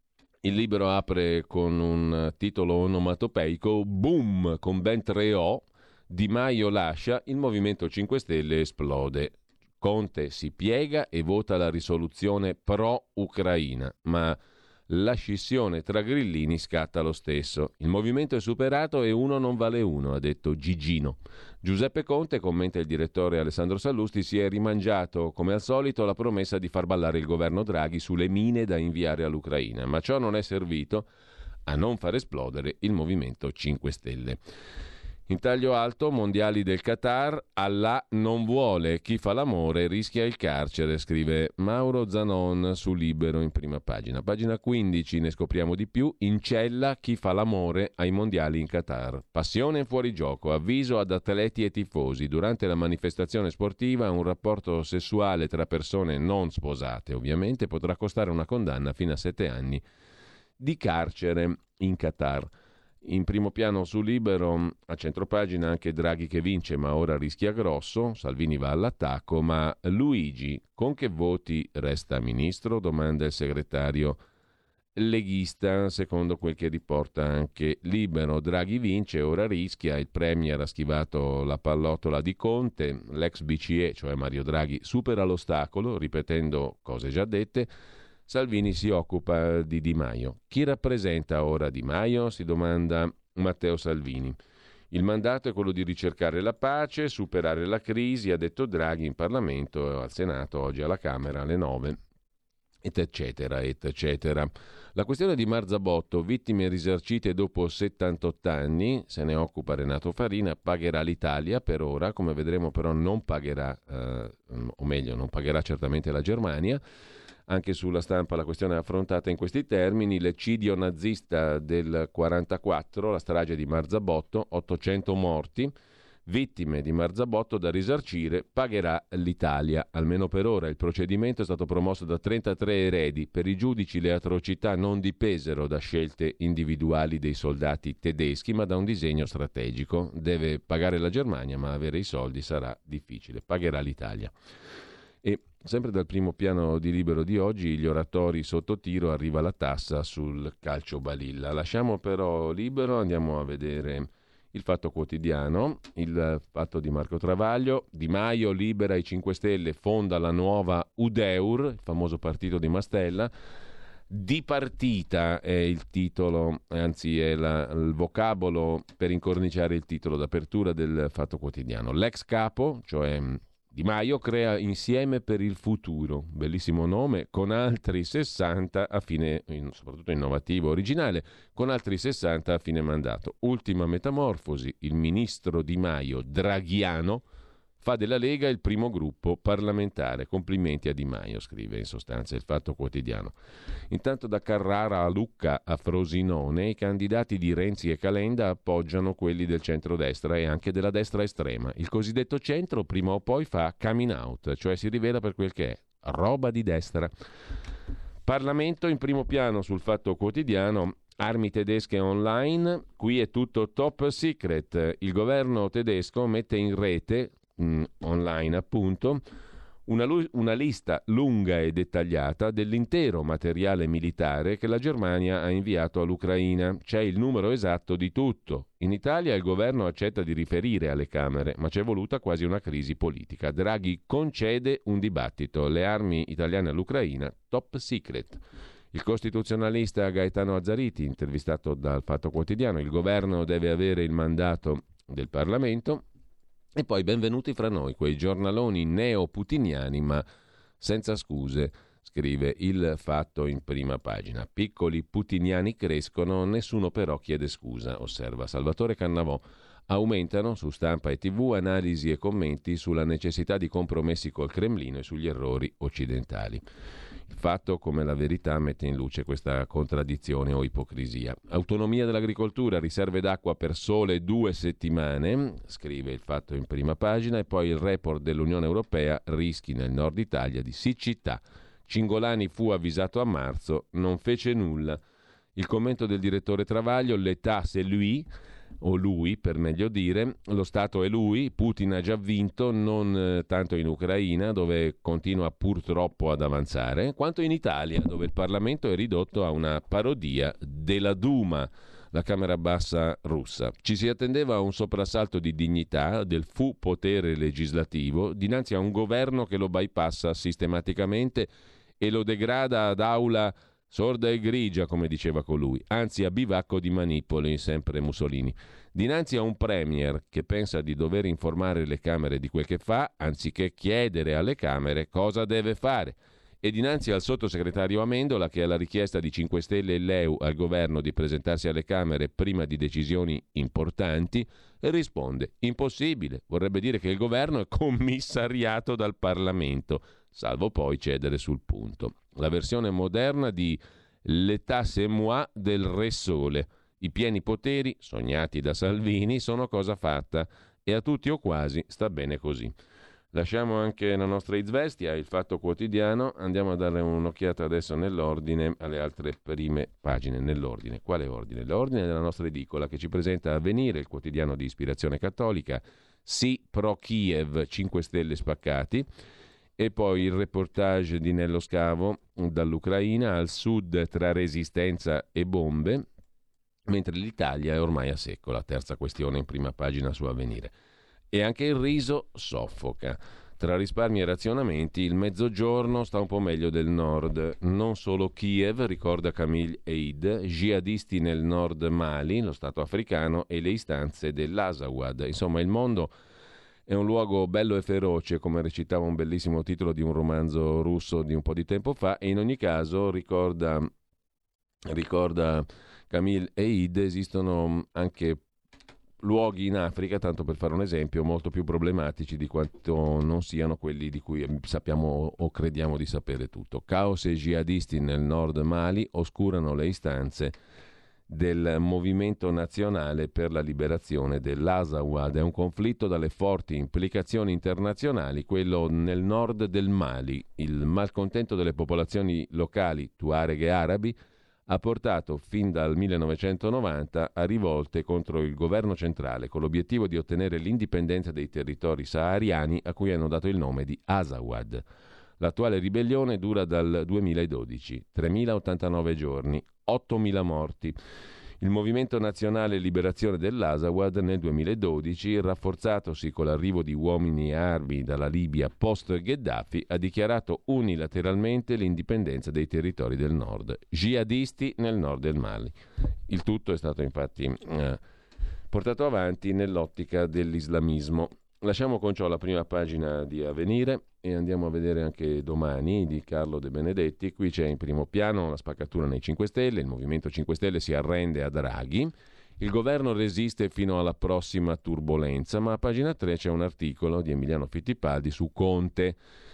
Il Libero apre con un titolo onomatopeico, boom, con ben 3 O, Di Maio lascia, il Movimento 5 Stelle esplode. Conte si piega e vota la risoluzione pro-Ucraina, ma la scissione tra grillini scatta lo stesso. Il movimento è superato e uno non vale uno, ha detto Gigino. Giuseppe Conte, commenta il direttore Alessandro Sallusti, si è rimangiato come al solito la promessa di far ballare il governo Draghi sulle mine da inviare all'Ucraina, ma ciò non è servito a non far esplodere il Movimento 5 Stelle. In taglio alto, mondiali del Qatar, Allah non vuole, chi fa l'amore rischia il carcere, scrive Mauro Zanon su Libero in prima pagina. Pagina 15, ne scopriamo di più, in cella chi fa l'amore ai mondiali in Qatar. Passione fuori gioco, avviso ad atleti e tifosi. Durante la manifestazione sportiva un rapporto sessuale tra persone non sposate, ovviamente, potrà costare una condanna fino a 7 anni di carcere in Qatar. In primo piano su Libero, a centropagina anche Draghi che vince ma ora rischia grosso, Salvini va all'attacco, ma Luigi con che voti resta ministro? Domanda il segretario leghista, secondo quel che riporta anche Libero. Draghi vince, ora rischia, il premier ha schivato la pallottola di Conte, l'ex BCE, cioè Mario Draghi, supera l'ostacolo, ripetendo cose già dette. Salvini si occupa di Di Maio. Chi rappresenta ora Di Maio? Si domanda Matteo Salvini. Il mandato è quello di ricercare la pace, superare la crisi, ha detto Draghi in Parlamento, al Senato, oggi alla Camera alle 9, eccetera, eccetera. La questione di Marzabotto, vittime risarcite dopo 78 anni, se ne occupa Renato Farina, pagherà l'Italia per ora, come vedremo però non pagherà, o meglio, non pagherà certamente la Germania. Anche sulla Stampa la questione è affrontata in questi termini: l'eccidio nazista del 44, la strage di Marzabotto, 800 morti, vittime di Marzabotto da risarcire, pagherà l'Italia, almeno per ora. Il procedimento è stato promosso da 33 eredi. Per i giudici le atrocità non dipesero da scelte individuali dei soldati tedeschi, ma da un disegno strategico. Deve pagare la Germania, ma avere i soldi sarà difficile. Pagherà l'Italia. E sempre dal primo piano di Libero di oggi, gli oratori sotto tiro, arriva la tassa sul calcio balilla. Lasciamo però Libero, andiamo a vedere il Fatto Quotidiano, il fatto di Marco Travaglio. Di Maio libera i 5 Stelle, fonda la nuova UDEUR, il famoso partito di Mastella. Di partita è il titolo, anzi è il vocabolo per incorniciare il titolo d'apertura del Fatto Quotidiano. L'ex capo, cioè Di Maio, crea Insieme per il Futuro, bellissimo nome, con altri 60 a fine, soprattutto innovativo, originale, con altri 60 a fine mandato. Ultima metamorfosi, il ministro Di Maio draghiano fa della Lega il primo gruppo parlamentare. Complimenti a Di Maio, scrive in sostanza il Fatto Quotidiano. Intanto da Carrara a Lucca a Frosinone i candidati di Renzi e Calenda appoggiano quelli del centrodestra e anche della destra estrema. Il cosiddetto centro prima o poi fa coming out, cioè si rivela per quel che è, roba di destra. Parlamento in primo piano sul Fatto Quotidiano. Armi tedesche online, qui è tutto top secret. Il governo tedesco mette in rete online appunto una lista lunga e dettagliata dell'intero materiale militare che la Germania ha inviato all'Ucraina. C'è il numero esatto di tutto. In Italia il governo accetta di riferire alle Camere, ma c'è voluta quasi una crisi politica. Draghi concede un dibattito. Le armi italiane all'Ucraina, top secret. Il costituzionalista Gaetano Azzariti, intervistato dal Fatto Quotidiano: il governo deve avere il mandato del Parlamento. E poi benvenuti fra noi, quei giornaloni neoputiniani ma senza scuse, scrive il Fatto in prima pagina. Piccoli putiniani crescono, nessuno però chiede scusa, osserva Salvatore Cannavò. Aumentano su Stampa e TV analisi e commenti sulla necessità di compromessi col Cremlino e sugli errori occidentali. Il Fatto, come La Verità, mette in luce questa contraddizione o ipocrisia. Autonomia dell'agricoltura, riserve d'acqua per sole 2 settimane, scrive il Fatto in prima pagina, e poi il report dell'Unione Europea, rischi nel nord Italia di siccità. Cingolani fu avvisato a marzo, non fece nulla. Il commento del direttore Travaglio: l'État c'est lui, o lui per meglio dire, lo Stato è lui, Putin ha già vinto, non tanto in Ucraina, dove continua purtroppo ad avanzare, quanto in Italia, dove il Parlamento è ridotto a una parodia della Duma, la Camera Bassa russa. Ci si attendeva a un soprassalto di dignità del fu potere legislativo dinanzi a un governo che lo bypassa sistematicamente e lo degrada ad aula sorda e grigia, come diceva colui, anzi a bivacco di manipoli, sempre Mussolini. Dinanzi a un premier che pensa di dover informare le Camere di quel che fa, anziché chiedere alle Camere cosa deve fare. E dinanzi al sottosegretario Amendola, che alla richiesta di 5 Stelle e l'EU al governo di presentarsi alle Camere prima di decisioni importanti, risponde: impossibile, vorrebbe dire che il governo è commissariato dal Parlamento, salvo poi cedere sul punto. La versione moderna di L'état c'est moi del Re Sole. I pieni poteri, sognati da Salvini, sono cosa fatta e a tutti o quasi sta bene così. Lasciamo anche la nostra Izvestia, il Fatto Quotidiano, andiamo a dare un'occhiata adesso nell'ordine alle altre prime pagine. Nell'ordine, quale ordine? L'ordine della nostra edicola che ci presenta Avvenire, il quotidiano di ispirazione cattolica, sì pro Kiev, 5 Stelle spaccati, e poi il reportage di Nello Scavo dall'Ucraina al sud tra resistenza e bombe, mentre l'Italia è ormai a secco, la terza questione in prima pagina su Avvenire. E anche il riso soffoca. Tra risparmi e razionamenti, il mezzogiorno sta un po' meglio del nord. Non solo Kiev, ricorda Camille Eid, jihadisti nel nord Mali, lo stato africano, e le istanze dell'Azawad. Insomma, il mondo è un luogo bello e feroce, come recitava un bellissimo titolo di un romanzo russo di un po' di tempo fa, e in ogni caso, ricorda Camille Eid, esistono anche luoghi in Africa, tanto per fare un esempio, molto più problematici di quanto non siano quelli di cui sappiamo o crediamo di sapere tutto. Caos e jihadisti nel nord Mali oscurano le istanze del Movimento Nazionale per la Liberazione dell'Azawad. È un conflitto dalle forti implicazioni internazionali, quello nel nord del Mali. Il malcontento delle popolazioni locali tuareg e arabi ha portato fin dal 1990 a rivolte contro il governo centrale con l'obiettivo di ottenere l'indipendenza dei territori sahariani a cui hanno dato il nome di Azawad. L'attuale ribellione dura dal 2012, 3.089 giorni, 8.000 morti. Il Movimento Nazionale Liberazione dell'Azawad nel 2012, rafforzatosi con l'arrivo di uomini arabi dalla Libia post-Gheddafi, ha dichiarato unilateralmente l'indipendenza dei territori del nord, jihadisti nel nord del Mali. Il tutto è stato infatti portato avanti nell'ottica dell'islamismo. Lasciamo con ciò la prima pagina di Avvenire e andiamo a vedere anche Domani di Carlo De Benedetti. Qui c'è in primo piano la spaccatura nei 5 Stelle, il Movimento 5 Stelle si arrende a Draghi, il governo resiste fino alla prossima turbolenza, ma a pagina 3 c'è un articolo di Emiliano Fittipaldi su Conte.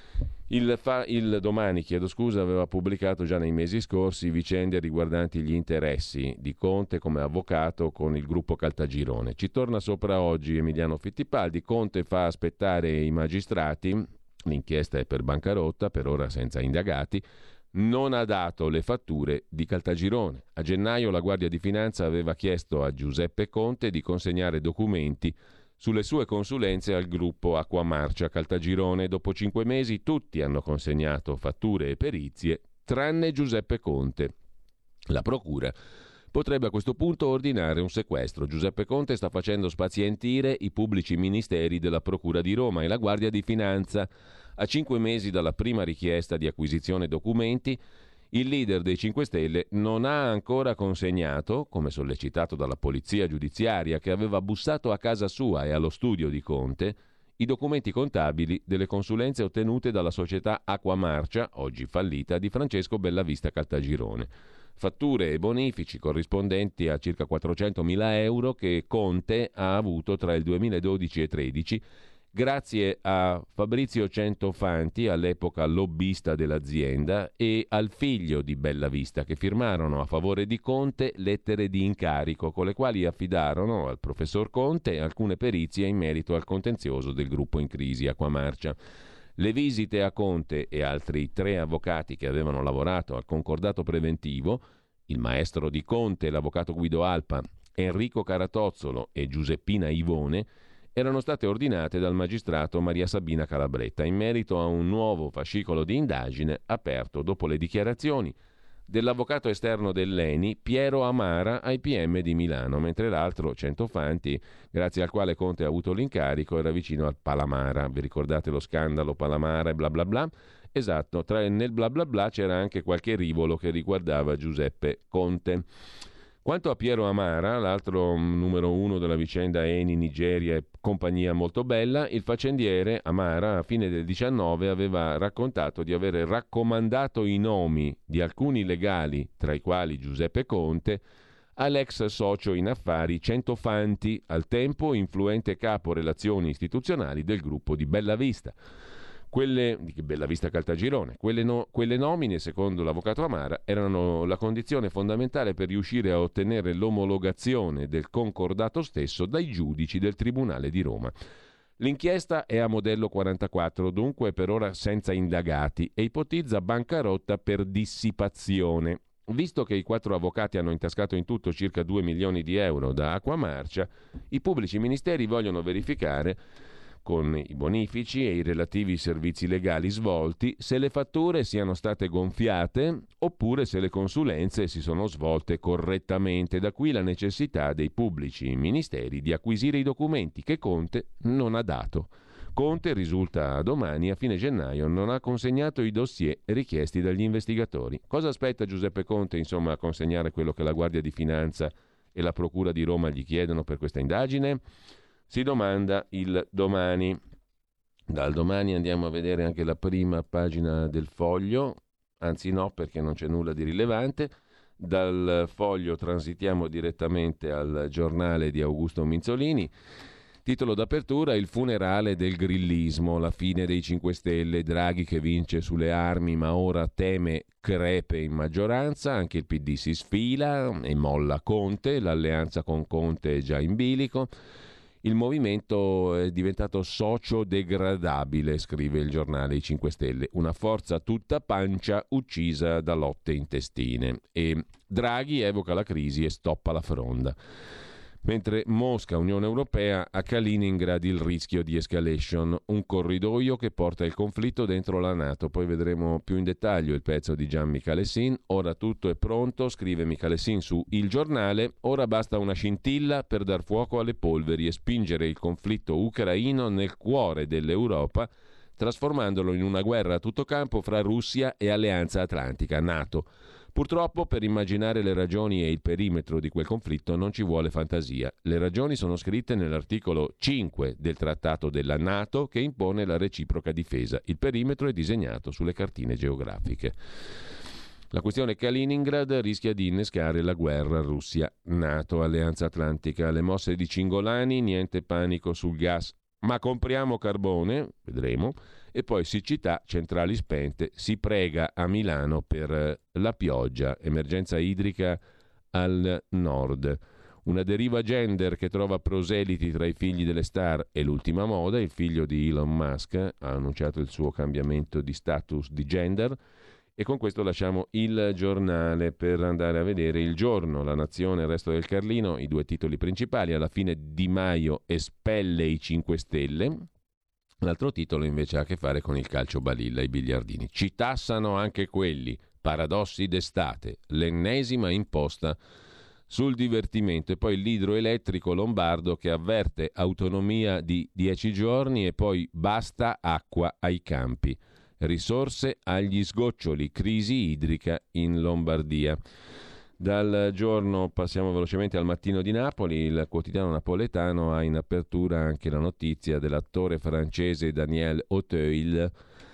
Il Domani, aveva pubblicato già nei mesi scorsi vicende riguardanti gli interessi di Conte come avvocato con il gruppo Caltagirone. Ci torna sopra oggi Emiliano Fittipaldi. Conte fa aspettare i magistrati, l'inchiesta è per bancarotta, per ora senza indagati, non ha dato le fatture di Caltagirone. A gennaio la Guardia di Finanza aveva chiesto a Giuseppe Conte di consegnare documenti sulle sue consulenze al gruppo Acquamarcia Caltagirone. Dopo 5 mesi tutti hanno consegnato fatture e perizie, tranne Giuseppe Conte. La procura potrebbe a questo punto ordinare un sequestro. Giuseppe Conte sta facendo spazientire i pubblici ministeri della Procura di Roma e la Guardia di Finanza. A 5 mesi dalla prima richiesta di acquisizione documenti, il leader dei 5 Stelle non ha ancora consegnato, come sollecitato dalla polizia giudiziaria che aveva bussato a casa sua e allo studio di Conte, i documenti contabili delle consulenze ottenute dalla società Acquamarcia, oggi fallita, di Francesco Bellavista Caltagirone. Fatture e bonifici corrispondenti a circa 400.000 euro che Conte ha avuto tra il 2012 e 2013 grazie a Fabrizio Centofanti, all'epoca lobbista dell'azienda, e al figlio di Bellavista, che firmarono a favore di Conte lettere di incarico con le quali affidarono al professor Conte alcune perizie in merito al contenzioso del gruppo in crisi Acquamarcia. Le visite a Conte e altri 3 avvocati che avevano lavorato al concordato preventivo, il maestro di Conte, l'avvocato Guido Alpa, Enrico Caratozzolo e Giuseppina Ivone, erano state ordinate dal magistrato Maria Sabina Calabretta in merito a un nuovo fascicolo di indagine aperto dopo le dichiarazioni dell'avvocato esterno dell'ENI Piero Amara ai PM di Milano, mentre l'altro, Centofanti, grazie al quale Conte ha avuto l'incarico, era vicino al Palamara. Vi ricordate lo scandalo Palamara e bla bla bla? Esatto, nel bla bla bla c'era anche qualche rivolo che riguardava Giuseppe Conte. Quanto a Piero Amara, l'altro numero uno della vicenda Eni, Nigeria e compagnia molto bella, il faccendiere Amara a fine del 19 aveva raccontato di avere raccomandato i nomi di alcuni legali, tra i quali Giuseppe Conte, all'ex socio in affari Centofanti, al tempo influente capo relazioni istituzionali del gruppo di Bellavista. Di Bellavista Caltagirone. Quelle nomine, secondo l'avvocato Amara, erano la condizione fondamentale per riuscire a ottenere l'omologazione del concordato stesso dai giudici del Tribunale di Roma. L'inchiesta è a modello 44, dunque per ora senza indagati, e ipotizza bancarotta per dissipazione. Visto che i 4 avvocati hanno intascato in tutto circa 2 milioni di euro da Acquamarcia, i pubblici ministeri vogliono verificare, con i bonifici e i relativi servizi legali svolti, se le fatture siano state gonfiate oppure se le consulenze si sono svolte correttamente. Da qui la necessità dei pubblici ministeri di acquisire i documenti che Conte non ha dato. Conte, risulta domani, a fine gennaio non ha consegnato i dossier richiesti dagli investigatori. Cosa aspetta Giuseppe Conte, insomma, a consegnare quello che la Guardia di Finanza e la Procura di Roma gli chiedono per questa indagine? Si domanda il Domani. Dal Domani andiamo a vedere anche la prima pagina del Foglio, anzi no, perché non c'è nulla di rilevante. Dal Foglio transitiamo direttamente al Giornale di Augusto Minzolini. Titolo d'apertura: il funerale del grillismo, la fine dei 5 Stelle, Draghi che vince sulle armi ma ora teme crepe in maggioranza, anche il PD si sfila e molla Conte, l'alleanza con Conte è già in bilico. Il movimento è diventato socio-degradabile, scrive il giornale I 5 Stelle, una forza tutta pancia uccisa da lotte intestine. E Draghi evoca la crisi e stoppa la fronda. Mentre Mosca, Unione Europea, a Kaliningrad il rischio di escalation, un corridoio che porta il conflitto dentro la NATO. Poi vedremo più in dettaglio il pezzo di Gian Michalessin. Ora tutto è pronto, scrive Michalessin su Il Giornale, ora basta una scintilla per dar fuoco alle polveri e spingere il conflitto ucraino nel cuore dell'Europa, trasformandolo in una guerra a tutto campo fra Russia e Alleanza Atlantica, NATO. Purtroppo per immaginare le ragioni e il perimetro di quel conflitto non ci vuole fantasia. Le ragioni sono scritte nell'articolo 5 del Trattato della NATO che impone la reciproca difesa. Il perimetro è disegnato sulle cartine geografiche. La questione Kaliningrad rischia di innescare la guerra Russia-NATO, Alleanza Atlantica. Le mosse di Cingolani, niente panico sul gas, ma compriamo carbone, vedremo. E poi siccità, centrali spente, si prega a Milano per la pioggia, emergenza idrica al nord. Una deriva gender che trova proseliti tra i figli delle star e l'ultima moda. Il figlio di Elon Musk ha annunciato il suo cambiamento di status di gender. E con questo lasciamo il giornale per andare a vedere Il Giorno, La Nazione, Il Resto del Carlino, i 2 titoli principali. Alla fine Di Maio espelle i 5 Stelle. L'altro titolo invece ha a che fare con il calcio balilla, i biliardini. Ci tassano anche quelli, paradossi d'estate, l'ennesima imposta sul divertimento. E poi l'idroelettrico lombardo che avverte autonomia di 10 giorni e poi basta acqua ai campi. Risorse agli sgoccioli, crisi idrica in Lombardia. Dal Giorno passiamo velocemente al Mattino di Napoli. Il quotidiano napoletano ha in apertura anche la notizia dell'attore francese Daniel Auteuil,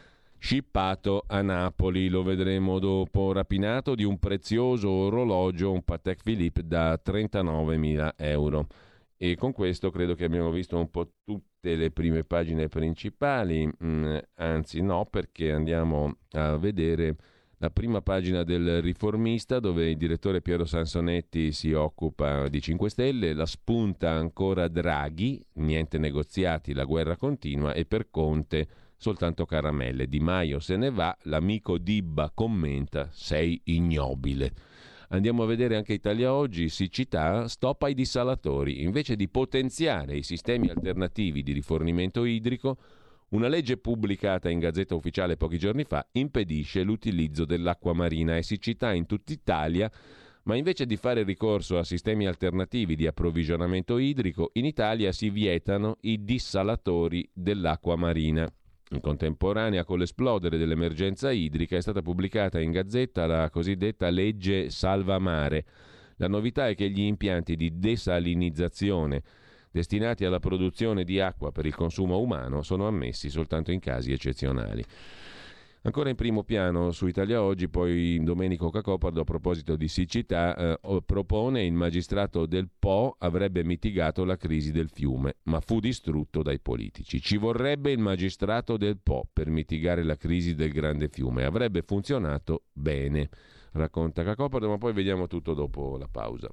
scippato a Napoli, lo vedremo dopo, rapinato di un prezioso orologio, un Patek Philippe da 39.000 euro. E con questo credo che abbiamo visto un po' tutte le prime pagine principali, anzi no, perché andiamo a vedere la prima pagina del Riformista, dove il direttore Piero Sansonetti si occupa di 5 Stelle, la spunta ancora Draghi, niente negoziati, la guerra continua, e per Conte soltanto caramelle. Di Maio se ne va, l'amico Dibba commenta, sei ignobile. Andiamo a vedere anche Italia Oggi, siccità, stop ai dissalatori. Invece di potenziare i sistemi alternativi di rifornimento idrico, una legge pubblicata in Gazzetta Ufficiale pochi giorni fa impedisce l'utilizzo dell'acqua marina e siccità in tutta Italia, ma invece di fare ricorso a sistemi alternativi di approvvigionamento idrico, in Italia si vietano i dissalatori dell'acqua marina. In contemporanea con l'esplodere dell'emergenza idrica è stata pubblicata in Gazzetta la cosiddetta legge Salva Mare, La novità è che gli impianti di desalinizzazione destinati alla produzione di acqua per il consumo umano sono ammessi soltanto in casi eccezionali. Ancora in primo piano su Italia Oggi, poi Domenico Cacopardo, a proposito di siccità, propone: il magistrato del Po avrebbe mitigato la crisi del fiume, ma fu distrutto dai politici. Ci vorrebbe il magistrato del Po per mitigare la crisi del grande fiume, avrebbe funzionato bene, racconta Cacopardo, ma poi vediamo tutto dopo la pausa.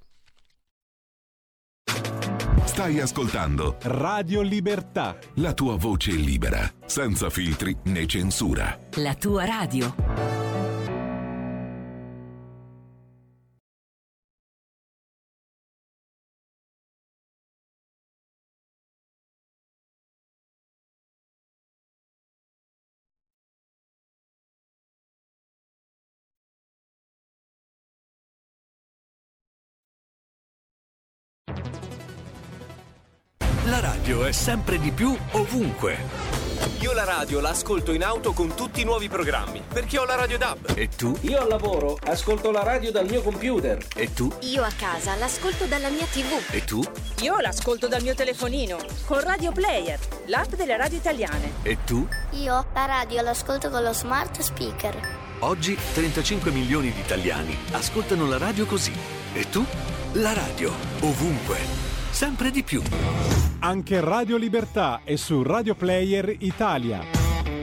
Stai ascoltando Radio Libertà. la tua voce libera, senza filtri né censura. La tua radio. La radio è sempre di più ovunque. Io la radio la ascolto in auto con tutti i nuovi programmi, perché ho la radio DAB. E tu? Io al lavoro ascolto la radio dal mio computer. E tu? Io a casa l'ascolto dalla mia TV. E tu? Io l'ascolto dal mio telefonino, con Radio Player, l'app delle radio italiane. E tu? Io la radio l'ascolto con lo smart speaker. Oggi 35 milioni di italiani ascoltano la radio così. E tu? La radio, ovunque, sempre di più. Anche Radio Libertà è su Radio Player Italia.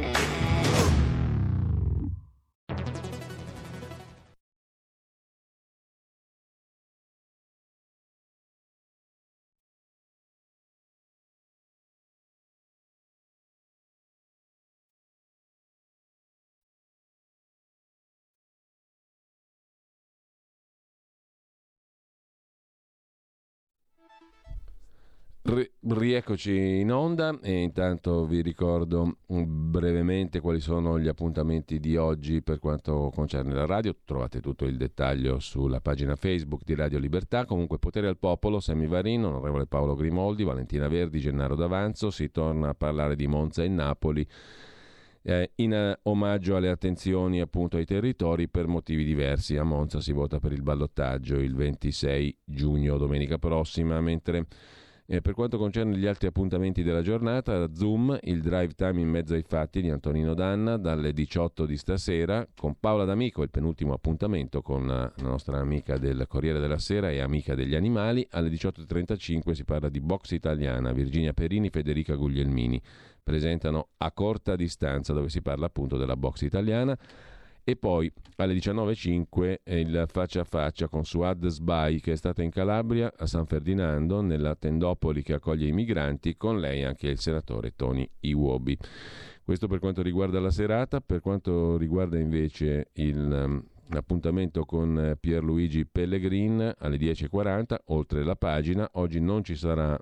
Rieccoci in onda e intanto vi ricordo brevemente quali sono gli appuntamenti di oggi per quanto concerne la radio. Trovate tutto il dettaglio sulla pagina Facebook di Radio Libertà. Comunque Potere al Popolo, Sammy Varin, onorevole Paolo Grimoldi, Valentina Verdi, Gennaro D'Avanzo. Si torna a parlare di Monza e Napoli in omaggio alle attenzioni appunto ai territori per motivi diversi. A Monza si vota per il ballottaggio il 26 giugno, domenica prossima, mentre per quanto concerne gli altri appuntamenti della giornata, Zoom, il drive time in mezzo ai fatti di Antonino Danna, dalle 18 di stasera, con Paola D'Amico, il penultimo appuntamento con la nostra amica del Corriere della Sera e amica degli animali. Alle 18.35 si parla di box italiana, Virginia Perini, Federica Guglielmini presentano A corta distanza, dove si parla appunto della box italiana. E poi alle 19.05 il faccia a faccia con Suad Sbai, che è stata in Calabria a San Ferdinando, nella tendopoli che accoglie i migranti, con lei anche il senatore Tony Iwobi. Questo per quanto riguarda la serata. Per quanto riguarda invece l'appuntamento con Pierluigi Pellegrin alle 10.40, oltre la pagina, oggi non ci sarà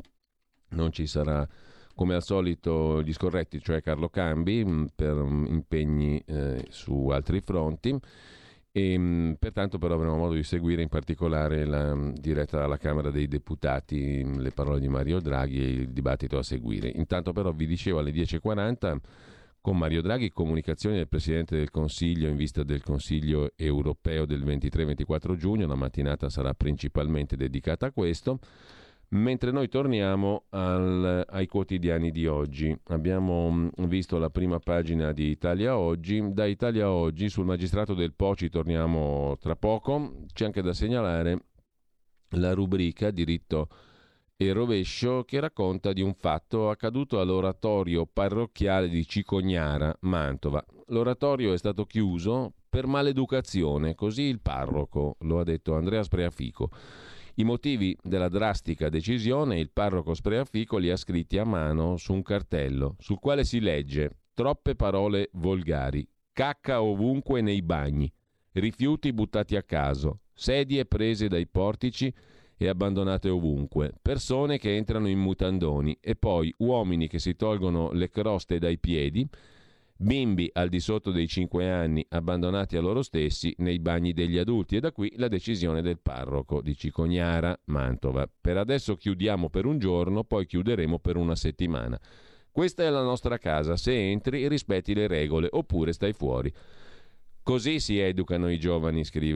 come al solito gli scorretti, cioè Carlo Cambi, per impegni su altri fronti, e pertanto però avremo modo di seguire in particolare la diretta alla Camera dei Deputati, le parole di Mario Draghi e il dibattito a seguire. Intanto però vi dicevo alle 10.40 con Mario Draghi comunicazioni del Presidente del Consiglio in vista del Consiglio europeo del 23-24 giugno, la mattinata sarà principalmente dedicata a questo. Mentre noi torniamo ai quotidiani di oggi, abbiamo visto la prima pagina di Italia Oggi. Da Italia Oggi sul magistrato del Po ci torniamo tra poco. C'è anche da segnalare la rubrica Diritto e Rovescio, che racconta di un fatto accaduto all'oratorio parrocchiale di Cicognara, Mantova. L'oratorio è stato chiuso per maleducazione, così il parroco lo ha detto Andrea Spreafico. I motivi della drastica decisione il parroco Spreafico li ha scritti a mano su un cartello, sul quale si legge: troppe parole volgari, cacca ovunque nei bagni, rifiuti buttati a caso, sedie prese dai portici e abbandonate ovunque, persone che entrano in mutandoni e poi uomini che si tolgono le croste dai piedi, bimbi al di sotto dei 5 anni abbandonati a loro stessi nei bagni degli adulti. E da qui la decisione del parroco di Cicognara, Mantova: per adesso chiudiamo per un giorno, poi chiuderemo per una settimana. Questa è la nostra casa, se entri rispetti le regole oppure stai fuori. Così si educano i giovani, scrive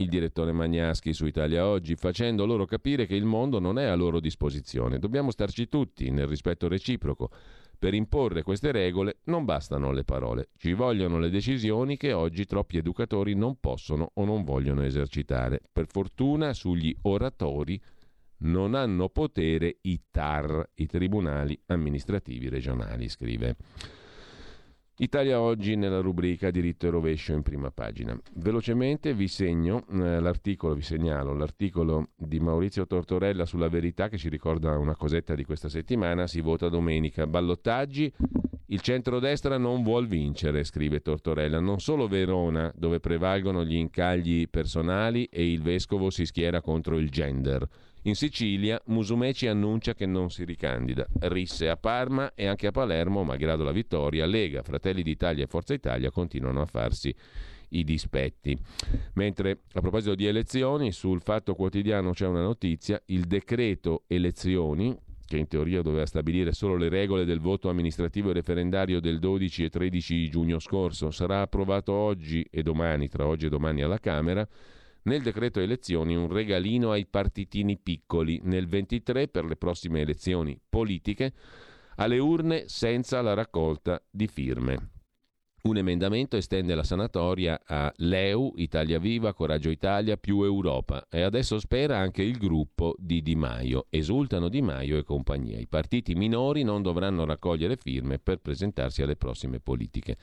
il direttore Magnaschi su Italia Oggi, facendo loro capire che il mondo non è a loro disposizione. Dobbiamo starci tutti nel rispetto reciproco. Per imporre queste regole non bastano le parole, ci vogliono le decisioni che oggi troppi educatori non possono o non vogliono esercitare. Per fortuna sugli oratori non hanno potere i TAR, i tribunali amministrativi regionali, scrive Italia Oggi nella rubrica Diritto e rovescio in prima pagina. Velocemente vi segnalo l'articolo di Maurizio Tortorella sulla Verità, che ci ricorda una cosetta di questa settimana. Si vota domenica, ballottaggi, il centrodestra non vuol vincere, scrive Tortorella. Non solo Verona, dove prevalgono gli incagli personali e il vescovo si schiera contro il gender. In Sicilia Musumeci annuncia che non si ricandida. Risse a Parma e anche a Palermo, malgrado la vittoria, Lega, Fratelli d'Italia e Forza Italia continuano a farsi i dispetti. Mentre a proposito di elezioni, sul Fatto Quotidiano c'è una notizia: il decreto elezioni, che in teoria doveva stabilire solo le regole del voto amministrativo e referendario del 12 e 13 giugno scorso, sarà approvato oggi e domani, tra oggi e domani alla Camera. Nel decreto elezioni un regalino ai partitini piccoli, nel 23 per le prossime elezioni politiche, alle urne senza la raccolta di firme. Un emendamento estende la sanatoria a LeU, Italia Viva, Coraggio Italia, più Europa, e adesso spera anche il gruppo di Di Maio. Esultano Di Maio e compagnia. I partiti minori non dovranno raccogliere firme per presentarsi alle prossime politiche.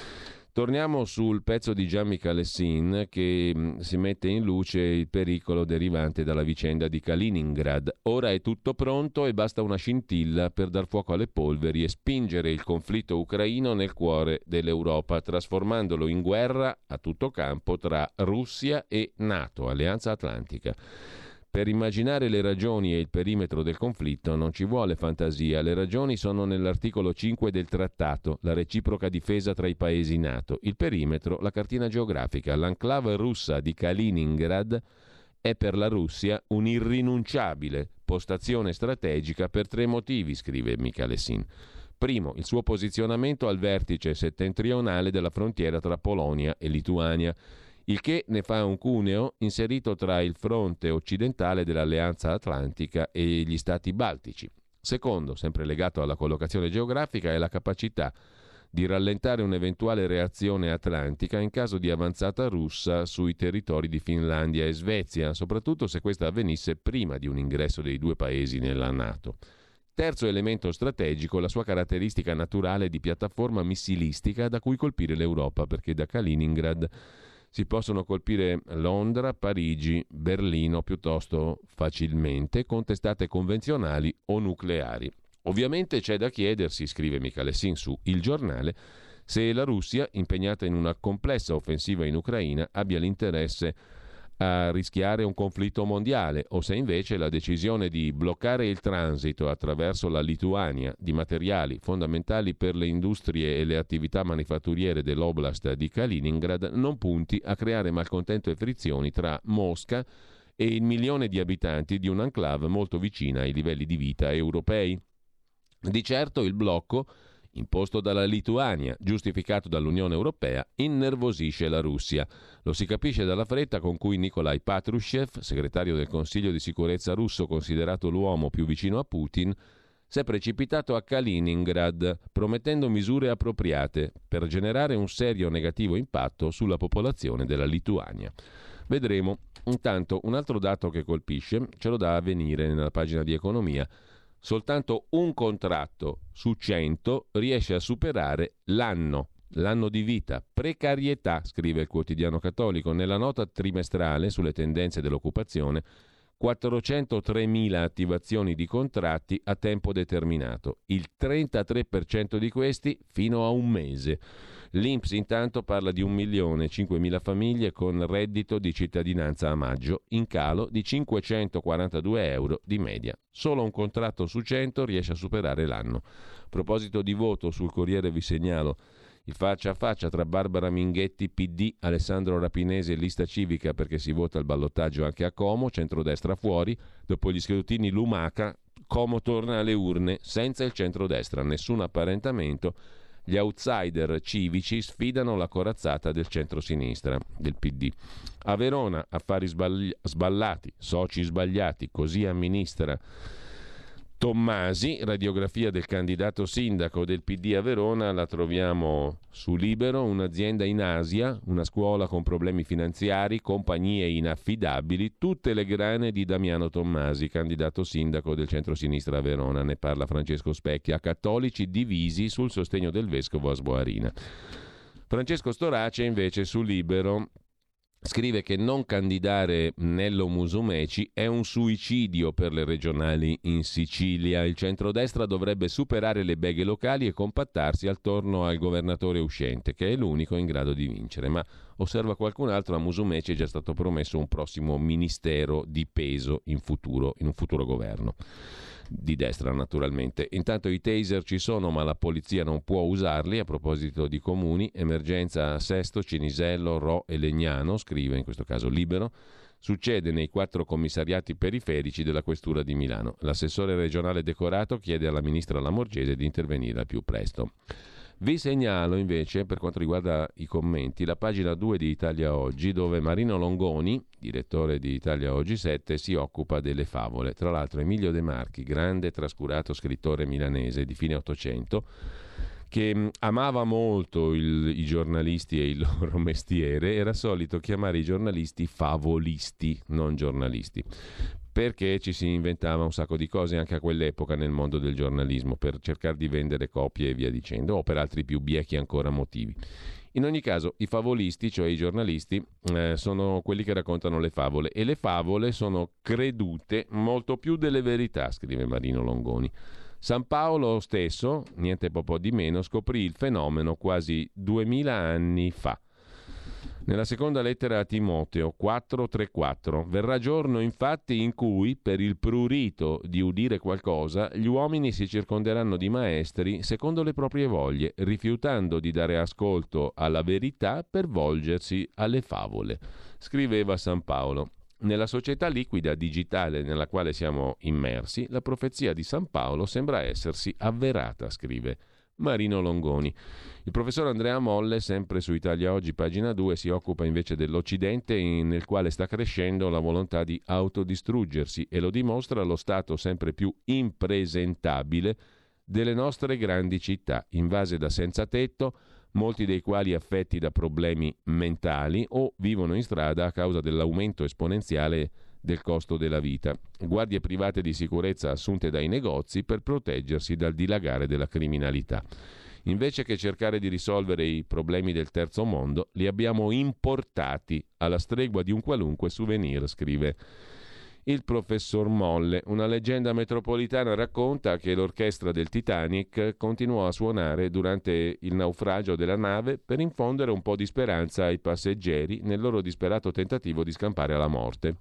Torniamo sul pezzo di Gian Michalessin, che si mette in luce il pericolo derivante dalla vicenda di Kaliningrad. Ora è tutto pronto e basta una scintilla per dar fuoco alle polveri e spingere il conflitto ucraino nel cuore dell'Europa, trasformandolo in guerra a tutto campo tra Russia e NATO, Alleanza Atlantica. Per immaginare le ragioni e il perimetro del conflitto non ci vuole fantasia. Le ragioni sono nell'articolo 5 del trattato, la reciproca difesa tra i paesi NATO. Il perimetro, la cartina geografica. L'enclave russa di Kaliningrad è per la Russia un'irrinunciabile postazione strategica per 3 motivi, scrive Michalessin. Primo, il suo posizionamento al vertice settentrionale della frontiera tra Polonia e Lituania, il che ne fa un cuneo inserito tra il fronte occidentale dell'Alleanza Atlantica e gli stati baltici. Secondo, sempre legato alla collocazione geografica, è la capacità di rallentare un'eventuale reazione atlantica in caso di avanzata russa sui territori di Finlandia e Svezia, soprattutto se questa avvenisse prima di un ingresso dei 2 paesi nella NATO. Terzo elemento strategico, la sua caratteristica naturale di piattaforma missilistica da cui colpire l'Europa, perché da Kaliningrad si possono colpire Londra, Parigi, Berlino piuttosto facilmente con testate convenzionali o nucleari. Ovviamente c'è da chiedersi, scrive Michalessin su Il Giornale, se la Russia, impegnata in una complessa offensiva in Ucraina, abbia l'interesse a rischiare un conflitto mondiale o se invece la decisione di bloccare il transito attraverso la Lituania di materiali fondamentali per le industrie e le attività manifatturiere dell'oblast di Kaliningrad non punti a creare malcontento e frizioni tra Mosca e il 1 milione di abitanti di un'enclave molto vicina ai livelli di vita europei. Di certo il blocco imposto dalla Lituania, giustificato dall'Unione Europea, innervosisce la Russia. Lo si capisce dalla fretta con cui Nikolai Patrushev, segretario del Consiglio di sicurezza russo considerato l'uomo più vicino a Putin, si è precipitato a Kaliningrad promettendo misure appropriate per generare un serio negativo impatto sulla popolazione della Lituania. Vedremo. Intanto un altro dato che colpisce ce lo dà Avvenire nella pagina di economia. Soltanto un contratto su 100 riesce a superare l'anno di vita. Precarietà, scrive il quotidiano cattolico. Nella nota trimestrale sulle tendenze dell'occupazione, 403.000 attivazioni di contratti a tempo determinato. Il 33% di questi fino a un mese. L'INPS intanto parla di 1.005.000 famiglie con reddito di cittadinanza a maggio, in calo di 542 euro di media. Solo un contratto su 100 riesce a superare l'anno. A proposito di voto, sul Corriere vi segnalo il faccia a faccia tra Barbara Minghetti PD, Alessandro Rapinesi e Lista Civica, perché si vota il ballottaggio anche a Como, centrodestra fuori. Dopo gli scrutini Lumaca, Como torna alle urne senza il centrodestra, nessun apparentamento Gli outsider civici sfidano la corazzata del centro-sinistra, del PD. A Verona, affari sballati, soci sbagliati, così amministra Tommasi. Radiografia del candidato sindaco del PD a Verona la troviamo su Libero. Un'azienda in Asia, una scuola con problemi finanziari, compagnie inaffidabili, tutte le grane di Damiano Tommasi, candidato sindaco del centro-sinistra a Verona. Ne parla Francesco Specchia. Cattolici divisi sul sostegno del vescovo a Sboarina. Francesco Storace invece su Libero scrive che non candidare Nello Musumeci è un suicidio per le regionali in Sicilia. Il centrodestra dovrebbe superare le beghe locali e compattarsi attorno al governatore uscente, che è l'unico in grado di vincere. Ma, osserva qualcun altro, a Musumeci è già stato promesso un prossimo ministero di peso in un futuro governo. Di destra, naturalmente. Intanto i taser ci sono, ma la polizia non può usarli. A proposito di comuni, emergenza a Sesto, Cinisello, Ro e Legnano, scrive in questo caso Libero. Succede nei 4 commissariati periferici della Questura di Milano. L'assessore regionale decorato chiede alla ministra Lamorgese di intervenire al più presto. Vi segnalo invece, per quanto riguarda i commenti, la pagina 2 di Italia Oggi, dove Marino Longoni, direttore di Italia Oggi 7, si occupa delle favole. Tra l'altro Emilio De Marchi, grande trascurato scrittore milanese di fine Ottocento, che amava molto i giornalisti e il loro mestiere, era solito chiamare i giornalisti favolisti, non giornalisti, perché ci si inventava un sacco di cose anche a quell'epoca nel mondo del giornalismo per cercare di vendere copie e via dicendo, o per altri più biechi ancora motivi. In ogni caso, i favolisti, cioè i giornalisti, sono quelli che raccontano le favole, e le favole sono credute molto più delle verità, scrive Marino Longoni. San Paolo stesso, niente po' di meno, scoprì il fenomeno quasi 2000 anni fa. Nella seconda lettera a Timoteo 4:3-4 verrà giorno infatti in cui, per il prurito di udire qualcosa, gli uomini si circonderanno di maestri secondo le proprie voglie, rifiutando di dare ascolto alla verità per volgersi alle favole, scriveva San Paolo. Nella società liquida digitale nella quale siamo immersi, la profezia di San Paolo sembra essersi avverata, scrive Marino Longoni. Il professor Andrea Molle, sempre su Italia Oggi, pagina 2, si occupa invece dell'Occidente, nel quale sta crescendo la volontà di autodistruggersi, e lo dimostra lo stato sempre più impresentabile delle nostre grandi città, invase da senza tetto, molti dei quali affetti da problemi mentali o vivono in strada a causa dell'aumento esponenziale del costo della vita. Guardie private di sicurezza assunte dai negozi per proteggersi dal dilagare della criminalità. Invece che cercare di risolvere i problemi del terzo mondo, li abbiamo importati alla stregua di un qualunque souvenir, scrive il professor Molle. Una leggenda metropolitana racconta che l'orchestra del Titanic continuò a suonare durante il naufragio della nave per infondere un po' di speranza ai passeggeri nel loro disperato tentativo di scampare alla morte.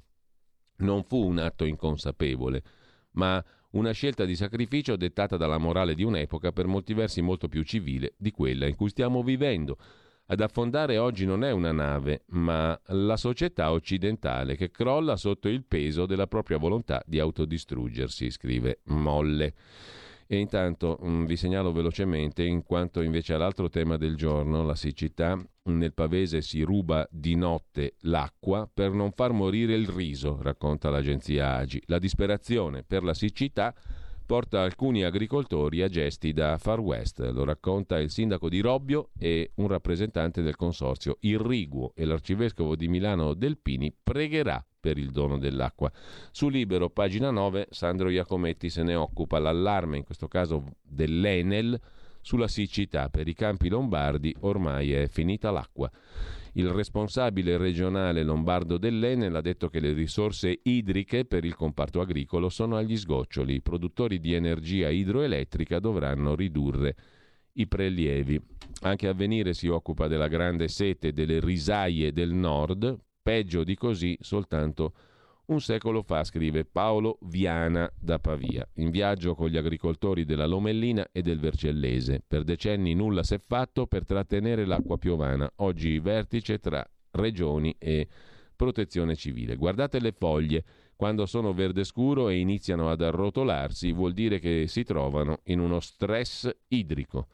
Non fu un atto inconsapevole, ma una scelta di sacrificio dettata dalla morale di un'epoca per molti versi molto più civile di quella in cui stiamo vivendo. Ad affondare oggi non è una nave, ma la società occidentale che crolla sotto il peso della propria volontà di autodistruggersi, scrive Molle. E intanto vi segnalo velocemente, in quanto invece all'altro tema del giorno, la siccità, nel Pavese si ruba di notte l'acqua per non far morire il riso, racconta l'agenzia AGI. La disperazione per la siccità porta alcuni agricoltori a gesti da Far West, lo racconta il sindaco di Robbio e un rappresentante del consorzio Irriguo, e l'arcivescovo di Milano Delpini pregherà per il dono dell'acqua. Su Libero, pagina 9, Sandro Iacometti se ne occupa. L'allarme, in questo caso dell'Enel, sulla siccità. Per i campi lombardi ormai è finita l'acqua. Il responsabile regionale lombardo dell'Enel ha detto che le risorse idriche per il comparto agricolo sono agli sgoccioli. I produttori di energia idroelettrica dovranno ridurre i prelievi. Anche Avvenire si occupa della grande sete delle risaie del nord. Peggio di così soltanto un secolo fa, scrive Paolo Viana da Pavia, in viaggio con gli agricoltori della Lomellina e del Vercellese. Per decenni nulla si è fatto per trattenere l'acqua piovana. Oggi vertice tra regioni e protezione civile. Guardate le foglie, quando sono verde scuro e iniziano ad arrotolarsi vuol dire che si trovano in uno stress idrico.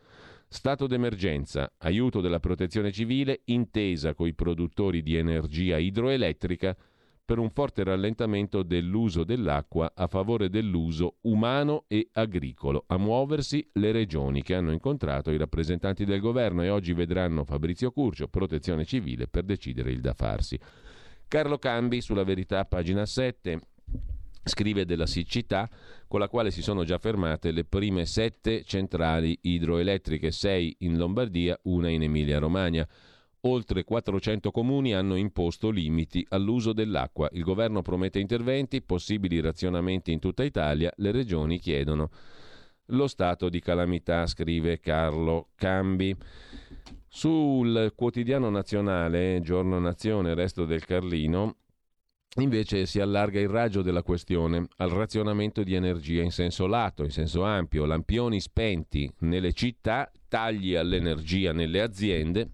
Stato d'emergenza, aiuto della protezione civile, intesa coi produttori di energia idroelettrica per un forte rallentamento dell'uso dell'acqua a favore dell'uso umano e agricolo. A muoversi le regioni che hanno incontrato i rappresentanti del governo e oggi vedranno Fabrizio Curcio, protezione civile, per decidere il da farsi. Carlo Cambi sulla Verità, pagina 7, scrive della siccità con la quale si sono già fermate le prime 7 centrali idroelettriche, 6 in Lombardia, una in Emilia-Romagna. Oltre 400 comuni hanno imposto limiti all'uso dell'acqua. Il governo promette interventi, possibili razionamenti in tutta Italia. Le regioni chiedono lo stato di calamità, scrive Carlo Cambi. Sul quotidiano nazionale, Giorno Nazione, Resto del Carlino, invece si allarga il raggio della questione al razionamento di energia in senso lato, in senso ampio, lampioni spenti nelle città, tagli all'energia nelle aziende.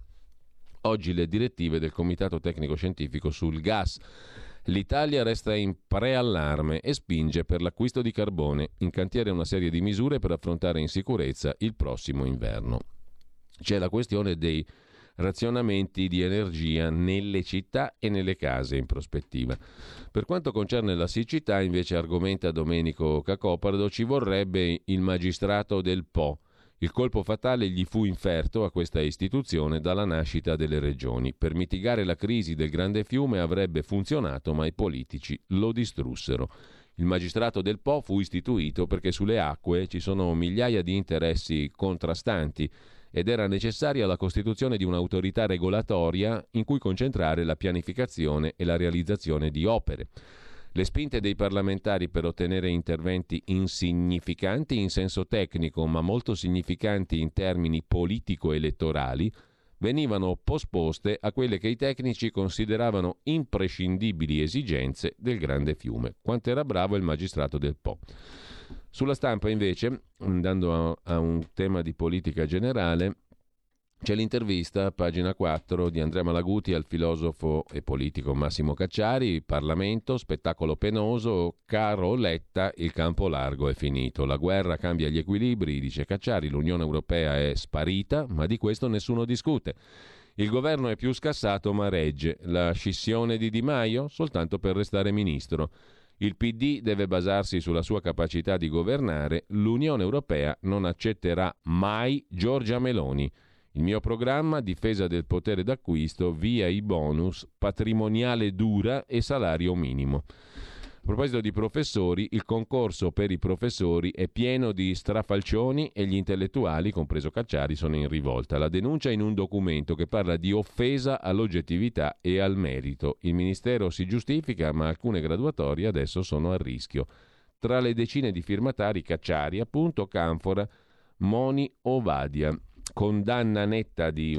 Oggi le direttive del Comitato Tecnico Scientifico sul gas. L'Italia resta in preallarme e spinge per l'acquisto di carbone. In cantiere una serie di misure per affrontare in sicurezza il prossimo inverno. C'è la questione dei razionamenti di energia nelle città e nelle case in prospettiva. Per quanto concerne la siccità, invece, argomenta Domenico Cacopardo, ci vorrebbe il magistrato del Po. Il colpo fatale gli fu inferto a questa istituzione dalla nascita delle regioni. Per mitigare la crisi del grande fiume avrebbe funzionato, ma i politici lo distrussero. Il magistrato del Po fu istituito perché sulle acque ci sono migliaia di interessi contrastanti ed era necessaria la costituzione di un'autorità regolatoria in cui concentrare la pianificazione e la realizzazione di opere. Le spinte dei parlamentari per ottenere interventi insignificanti in senso tecnico, ma molto significanti in termini politico-elettorali, venivano posposte a quelle che i tecnici consideravano imprescindibili esigenze del grande fiume. Quanto era bravo il magistrato del Po. Sulla Stampa, invece, andando a un tema di politica generale, c'è l'intervista, pagina 4, di Andrea Malaguti al filosofo e politico Massimo Cacciari. Parlamento, spettacolo penoso, caro Letta, il campo largo è finito. La guerra cambia gli equilibri, dice Cacciari, l'Unione Europea è sparita, ma di questo nessuno discute. Il governo è più scassato ma regge. La scissione di Di Maio? Soltanto per restare ministro. Il PD deve basarsi sulla sua capacità di governare. L'Unione Europea non accetterà mai Giorgia Meloni. Il mio programma, difesa del potere d'acquisto, via i bonus, patrimoniale dura e salario minimo. A proposito di professori, il concorso per i professori è pieno di strafalcioni e gli intellettuali, compreso Cacciari, sono in rivolta. La denuncia in un documento che parla di offesa all'oggettività e al merito. Il Ministero si giustifica, ma alcune graduatorie adesso sono a rischio. Tra le decine di firmatari Cacciari, appunto, Canfora, Moni, Ovadia. Condanna netta dei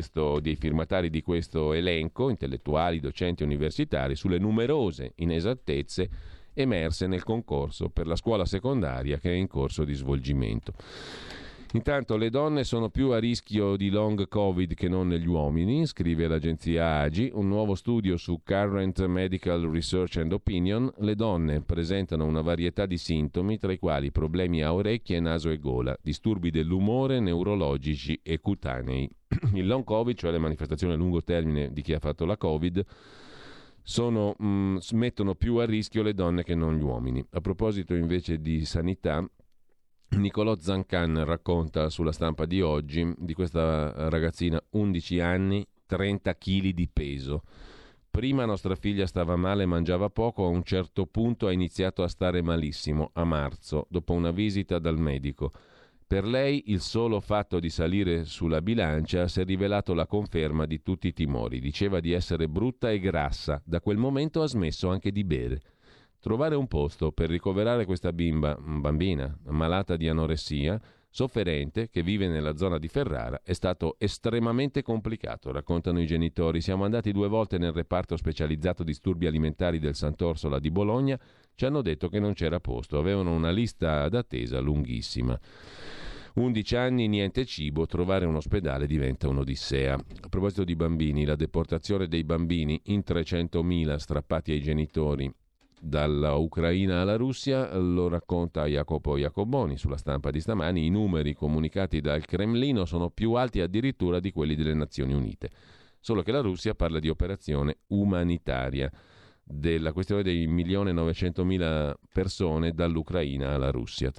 firmatari di questo elenco, intellettuali, docenti universitari, sulle numerose inesattezze emerse nel concorso per la scuola secondaria che è in corso di svolgimento. Intanto le donne sono più a rischio di long covid che non gli uomini, scrive l'agenzia AGI. Un nuovo studio su Current Medical Research and Opinion. Le donne presentano una varietà di sintomi, tra i quali problemi a orecchie, naso e gola, disturbi dell'umore, neurologici e cutanei. Il long covid, cioè le manifestazioni a lungo termine di chi ha fatto la covid, mettono più a rischio le donne che non gli uomini. A proposito invece di sanità, Nicolò Zancan racconta sulla Stampa di oggi di questa ragazzina, 11 anni, 30 kg di peso. Prima nostra figlia stava male, mangiava poco, a un certo punto ha iniziato a stare malissimo, a marzo, dopo una visita dal medico. Per lei il solo fatto di salire sulla bilancia si è rivelato la conferma di tutti i timori. Diceva di essere brutta e grassa, da quel momento ha smesso anche di bere. Trovare un posto per ricoverare questa bambina malata di anoressia, sofferente, che vive nella zona di Ferrara, è stato estremamente complicato, raccontano i genitori. Siamo andati 2 volte nel reparto specializzato disturbi alimentari del Sant'Orsola di Bologna, ci hanno detto che non c'era posto, avevano una lista d'attesa lunghissima. 11 anni, niente cibo, trovare un ospedale diventa un'odissea. A proposito di bambini, la deportazione dei bambini in 300.000 strappati ai genitori dalla Ucraina alla Russia, lo racconta Jacopo Jacoboni sulla Stampa di stamani. I numeri comunicati dal Cremlino sono più alti addirittura di quelli delle Nazioni Unite, solo che la Russia parla di operazione umanitaria, della questione dei 1.900.000 persone dall'Ucraina alla Russia,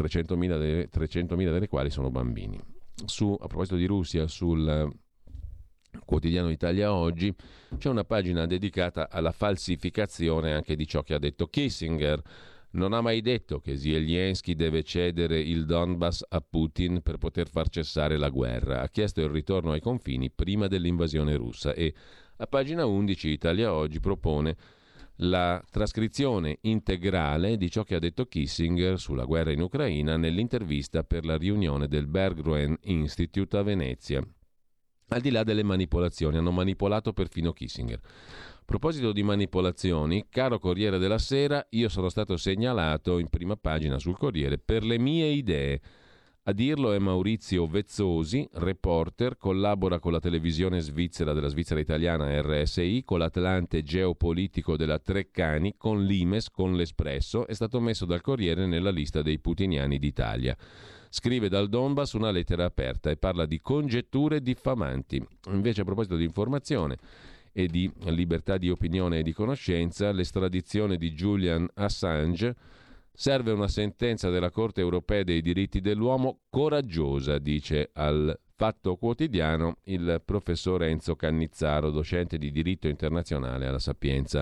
300.000 delle quali sono bambini. A proposito di Russia, sul quotidiano Italia Oggi c'è una pagina dedicata alla falsificazione anche di ciò che ha detto Kissinger. Non ha mai detto che Zelensky deve cedere il Donbass a Putin per poter far cessare la guerra. Ha chiesto il ritorno ai confini prima dell'invasione russa e a pagina 11 Italia Oggi propone la trascrizione integrale di ciò che ha detto Kissinger sulla guerra in Ucraina nell'intervista per la riunione del Berggruen Institute a Venezia. Al di là delle manipolazioni, hanno manipolato perfino Kissinger. A proposito di manipolazioni, caro Corriere della Sera, io sono stato segnalato in prima pagina sul Corriere per le mie idee. A dirlo è Maurizio Vezzosi, reporter, collabora con la televisione svizzera della Svizzera Italiana RSI, con l'Atlante geopolitico della Treccani, con l'Imes, con l'Espresso, è stato messo dal Corriere nella lista dei putiniani d'Italia. Scrive dal Donbass una lettera aperta e parla di congetture diffamanti. Invece, a proposito di informazione e di libertà di opinione e di conoscenza, l'estradizione di Julian Assange: serve una sentenza della Corte europea dei diritti dell'uomo coraggiosa, dice al Fatto Quotidiano il professor Enzo Cannizzaro, docente di diritto internazionale alla Sapienza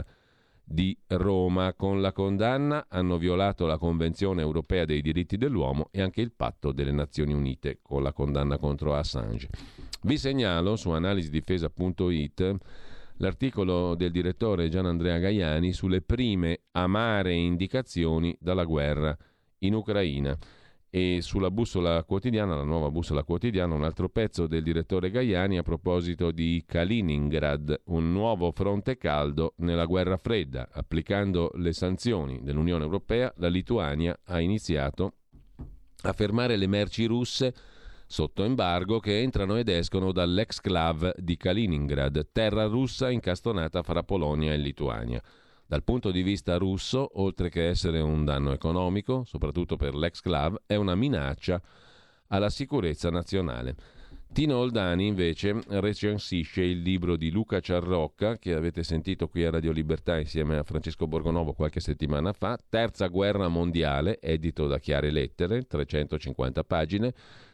di Roma. Con la condanna hanno violato la Convenzione europea dei diritti dell'uomo e anche il patto delle Nazioni Unite con la condanna contro Assange. Vi segnalo su analisidifesa.it l'articolo del direttore Gian Andrea Gaiani sulle prime amare indicazioni dalla guerra in Ucraina. E sulla bussola quotidiana, la nuova bussola quotidiana, un altro pezzo del direttore Gaiani a proposito di Kaliningrad, un nuovo fronte caldo nella guerra fredda. Applicando le sanzioni dell'Unione Europea, la Lituania ha iniziato a fermare le merci russe sotto embargo che entrano ed escono dall'exclave di Kaliningrad, terra russa incastonata fra Polonia e Lituania. Dal punto di vista russo, oltre che essere un danno economico, soprattutto per l'exclave, è una minaccia alla sicurezza nazionale. Tino Oldani invece recensisce il libro di Luca Ciarrocca, che avete sentito qui a Radio Libertà insieme a Francesco Borgonovo qualche settimana fa, Terza Guerra Mondiale, edito da Chiare Lettere, 350 pagine,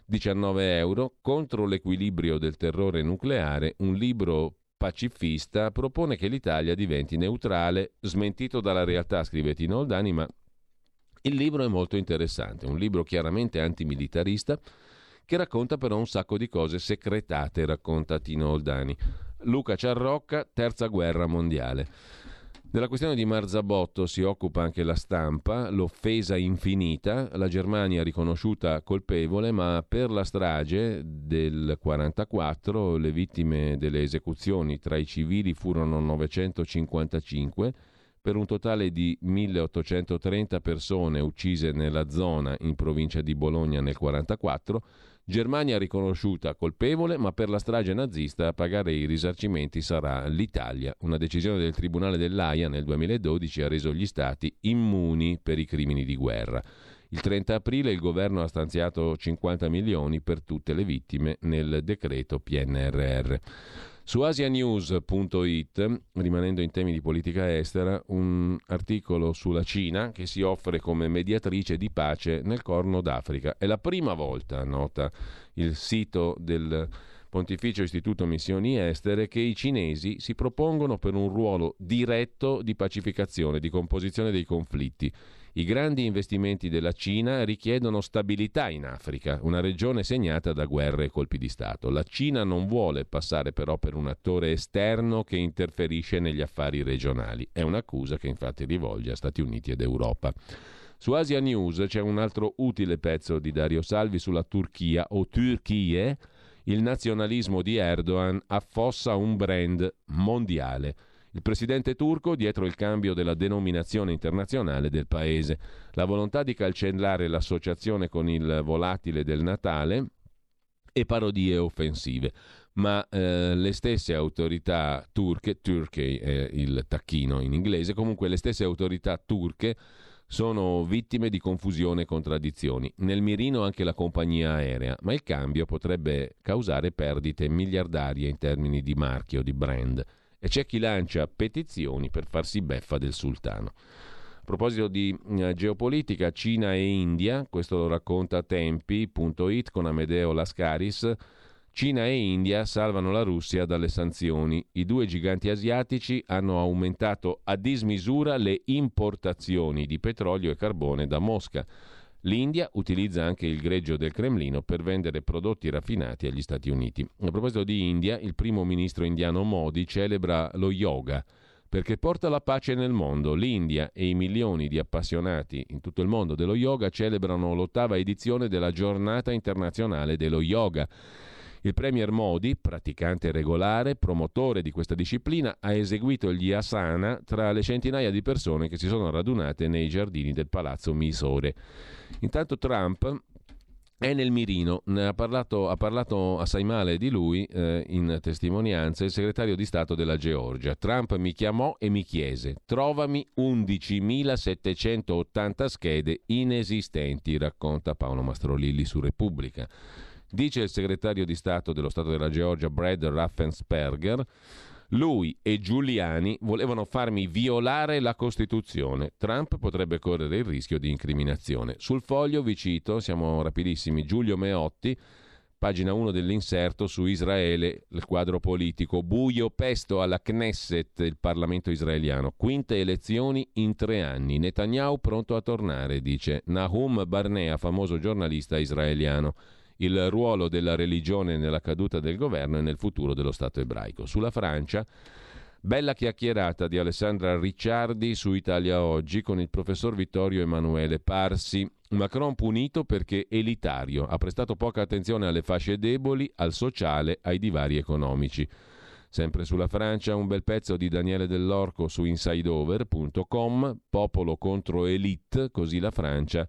19 euro, contro l'equilibrio del terrore nucleare, un libro pacifista. Propone che l'Italia diventi neutrale, smentito dalla realtà, scrive Tino Oldani, ma il libro è molto interessante, un libro chiaramente antimilitarista che racconta però un sacco di cose secretate, racconta Tino Oldani. Luca Ciarrocca, Terza Guerra Mondiale. Della questione di Marzabotto si occupa anche La Stampa, l'offesa infinita, la Germania riconosciuta colpevole, ma per la strage del 44 le vittime delle esecuzioni tra i civili furono 955, per un totale di 1830 persone uccise nella zona in provincia di Bologna nel 44. Germania riconosciuta colpevole, ma per la strage nazista a pagare i risarcimenti sarà l'Italia. Una decisione del Tribunale dell'Aia nel 2012 ha reso gli Stati immuni per i crimini di guerra. Il 30 aprile il governo ha stanziato 50 milioni per tutte le vittime nel decreto PNRR. Su asianews.it, rimanendo in temi di politica estera, un articolo sulla Cina che si offre come mediatrice di pace nel Corno d'Africa. È la prima volta, nota il sito del Pontificio Istituto Missioni Estere, che i cinesi si propongono per un ruolo diretto di pacificazione, di composizione dei conflitti. I grandi investimenti della Cina richiedono stabilità in Africa, una regione segnata da guerre e colpi di Stato. La Cina non vuole passare però per un attore esterno che interferisce negli affari regionali. È un'accusa che infatti rivolge a Stati Uniti ed Europa. Su Asia News c'è un altro utile pezzo di Dario Salvi sulla Turchia o Turchie. Il nazionalismo di Erdogan affossa un brand mondiale. Il presidente turco dietro il cambio della denominazione internazionale del paese. La volontà di cancellare l'associazione con il volatile del Natale e parodie offensive. Ma le stesse autorità turche, Turkey è il tacchino in inglese, comunque le stesse autorità turche sono vittime di confusione e contraddizioni. Nel mirino anche la compagnia aerea, ma il cambio potrebbe causare perdite miliardarie in termini di marchio, di brand. E c'è chi lancia petizioni per farsi beffa del sultano. A proposito di geopolitica, Cina e India, questo lo racconta Tempi.it con Amedeo Lascaris. Cina e India salvano la Russia dalle sanzioni. I due giganti asiatici hanno aumentato a dismisura le importazioni di petrolio e carbone da Mosca. L'India utilizza anche il greggio del Cremlino per vendere prodotti raffinati agli Stati Uniti. A proposito di India, il primo ministro indiano Modi celebra lo yoga perché porta la pace nel mondo. L'India e i milioni di appassionati in tutto il mondo dello yoga celebrano l'8ª edizione della Giornata internazionale dello yoga. Il premier Modi, praticante regolare, promotore di questa disciplina, ha eseguito gli asana tra le centinaia di persone che si sono radunate nei giardini del palazzo Mysore. Intanto Trump è nel mirino, ne ha parlato assai male di lui in testimonianza il segretario di Stato della Georgia. Trump mi chiamò e mi chiese: trovami 11.780 schede inesistenti, racconta Paolo Mastrolilli su Repubblica. Dice il segretario di Stato dello Stato della Georgia Brad Raffensperger: lui e Giuliani volevano farmi violare la Costituzione. Trump potrebbe correre il rischio di incriminazione. Sul Foglio vi cito, siamo rapidissimi, Giulio Meotti, pagina 1 dell'inserto su Israele, il quadro politico. Buio pesto alla Knesset, il Parlamento israeliano. Quinte elezioni in 3 anni. Netanyahu pronto a tornare, dice Nahum Barnea, famoso giornalista israeliano. Il ruolo della religione nella caduta del governo e nel futuro dello Stato ebraico. Sulla Francia, bella chiacchierata di Alessandra Ricciardi su Italia Oggi con il professor Vittorio Emanuele Parsi. Macron punito perché elitario, ha prestato poca attenzione alle fasce deboli, al sociale, ai divari economici. Sempre sulla Francia, un bel pezzo di Daniele Dell'Orco su insideover.com, popolo contro elite, così la Francia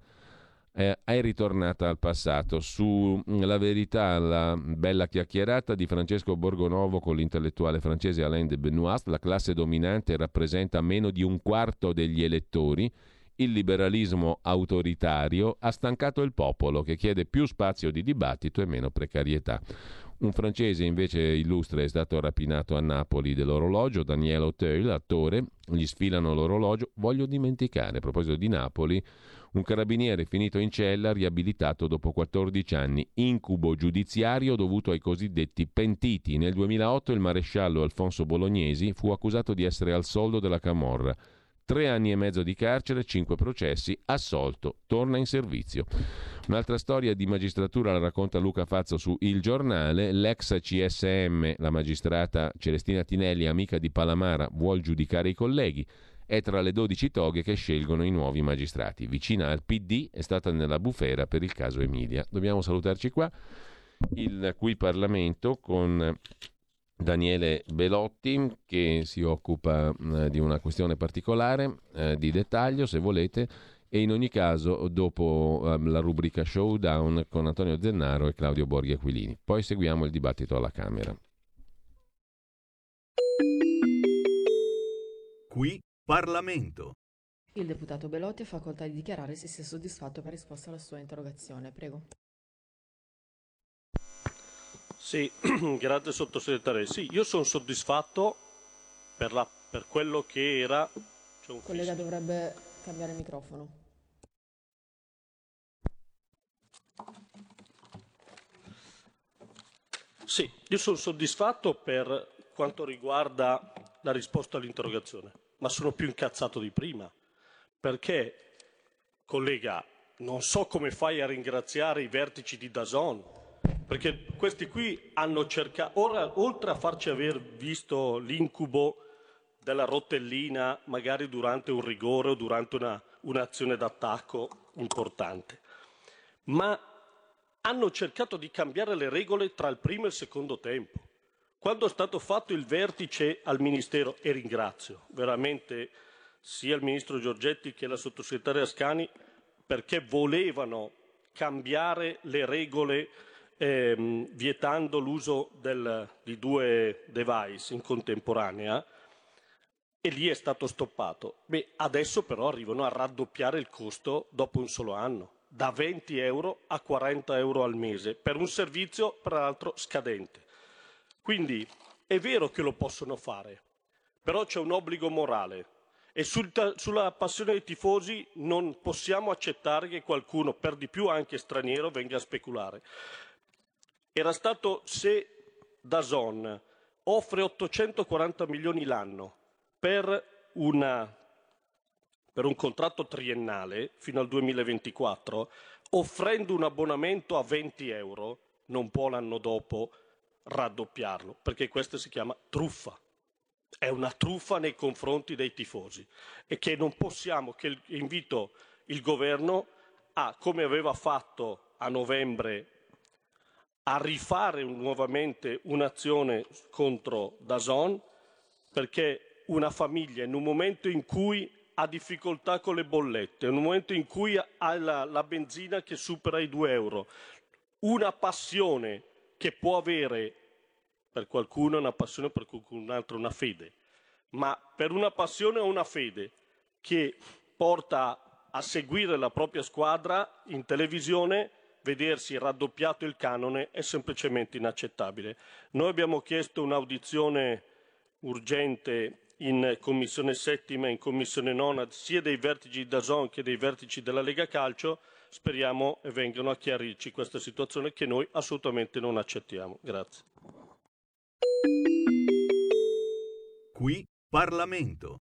è ritornata al passato. Su La Verità, la bella chiacchierata di Francesco Borgonovo con l'intellettuale francese Alain de Benoist. La classe dominante rappresenta meno di un quarto degli elettori. Il liberalismo autoritario ha stancato il popolo, che chiede più spazio di dibattito e meno precarietà. Un francese invece illustre è stato rapinato a Napoli dell'orologio, Daniel Auteuil, attore. Gli sfilano l'orologio. Voglio dimenticare, a proposito di Napoli, un carabiniere finito in cella, riabilitato dopo 14 anni. Incubo giudiziario dovuto ai cosiddetti pentiti. Nel 2008 il maresciallo Alfonso Bolognesi fu accusato di essere al soldo della camorra. 3 anni e mezzo di carcere, 5 processi, assolto, torna in servizio. Un'altra storia di magistratura la racconta Luca Fazzo su Il Giornale. L'ex CSM, la magistrata Celestina Tinelli, amica di Palamara, vuol giudicare i colleghi. È tra le 12 toghe che scelgono i nuovi magistrati. Vicina al PD, è stata nella bufera per il caso Emilia. Dobbiamo salutarci qua. Il Qui Parlamento con Daniele Belotti, che si occupa di una questione particolare, di dettaglio se volete, e in ogni caso dopo la rubrica Showdown con Antonio Zennaro e Claudio Borghi Aquilini. Poi seguiamo il dibattito alla Camera. Qui Parlamento. Il deputato Belotti ha facoltà di dichiarare se sia soddisfatto per risposta alla sua interrogazione. Prego. Sì, grazie sottosegretario. Sì, io sono soddisfatto per quello che era. Il collega dovrebbe cambiare il microfono. Sì, io sono soddisfatto per quanto riguarda la risposta all'interrogazione, ma sono più incazzato di prima, perché, collega, non so come fai a ringraziare i vertici di DAZN, perché questi qui hanno cercato, ora, oltre a farci aver visto l'incubo della rotellina, magari durante un rigore o durante un'azione d'attacco importante, ma hanno cercato di cambiare le regole tra il primo e il secondo tempo. Quando è stato fatto il vertice al Ministero, e ringrazio veramente sia il Ministro Giorgetti che la Sottosegretaria Ascani, perché volevano cambiare le regole vietando l'uso di 2 device in contemporanea, e lì è stato stoppato. Adesso però arrivano a raddoppiare il costo dopo un solo anno, da 20 euro a 40 euro al mese, per un servizio peraltro scadente. Quindi è vero che lo possono fare, però c'è un obbligo morale. E sulla passione dei tifosi non possiamo accettare che qualcuno, per di più anche straniero, venga a speculare. Era stato, se DAZN offre 840 milioni l'anno per un contratto triennale fino al 2024, offrendo un abbonamento a 20 euro, non può l'anno dopo raddoppiarlo, perché questa si chiama truffa. È una truffa nei confronti dei tifosi, e che non possiamo, che invito il governo a, come aveva fatto a novembre, a rifare nuovamente un'azione contro DAZN, perché una famiglia, in un momento in cui ha difficoltà con le bollette, in un momento in cui ha la benzina che supera i 2 euro, una passione che può avere, per qualcuno è una passione, per qualcun altro una fede, ma per una passione o una fede che porta a seguire la propria squadra in televisione, vedersi raddoppiato il canone è semplicemente inaccettabile. Noi abbiamo chiesto un'audizione urgente in Commissione Settima e in Commissione Nona, sia dei vertici di DAZN che dei vertici della Lega Calcio. Speriamo e vengano a chiarirci questa situazione che noi assolutamente non accettiamo. Grazie. Qui Parlamento.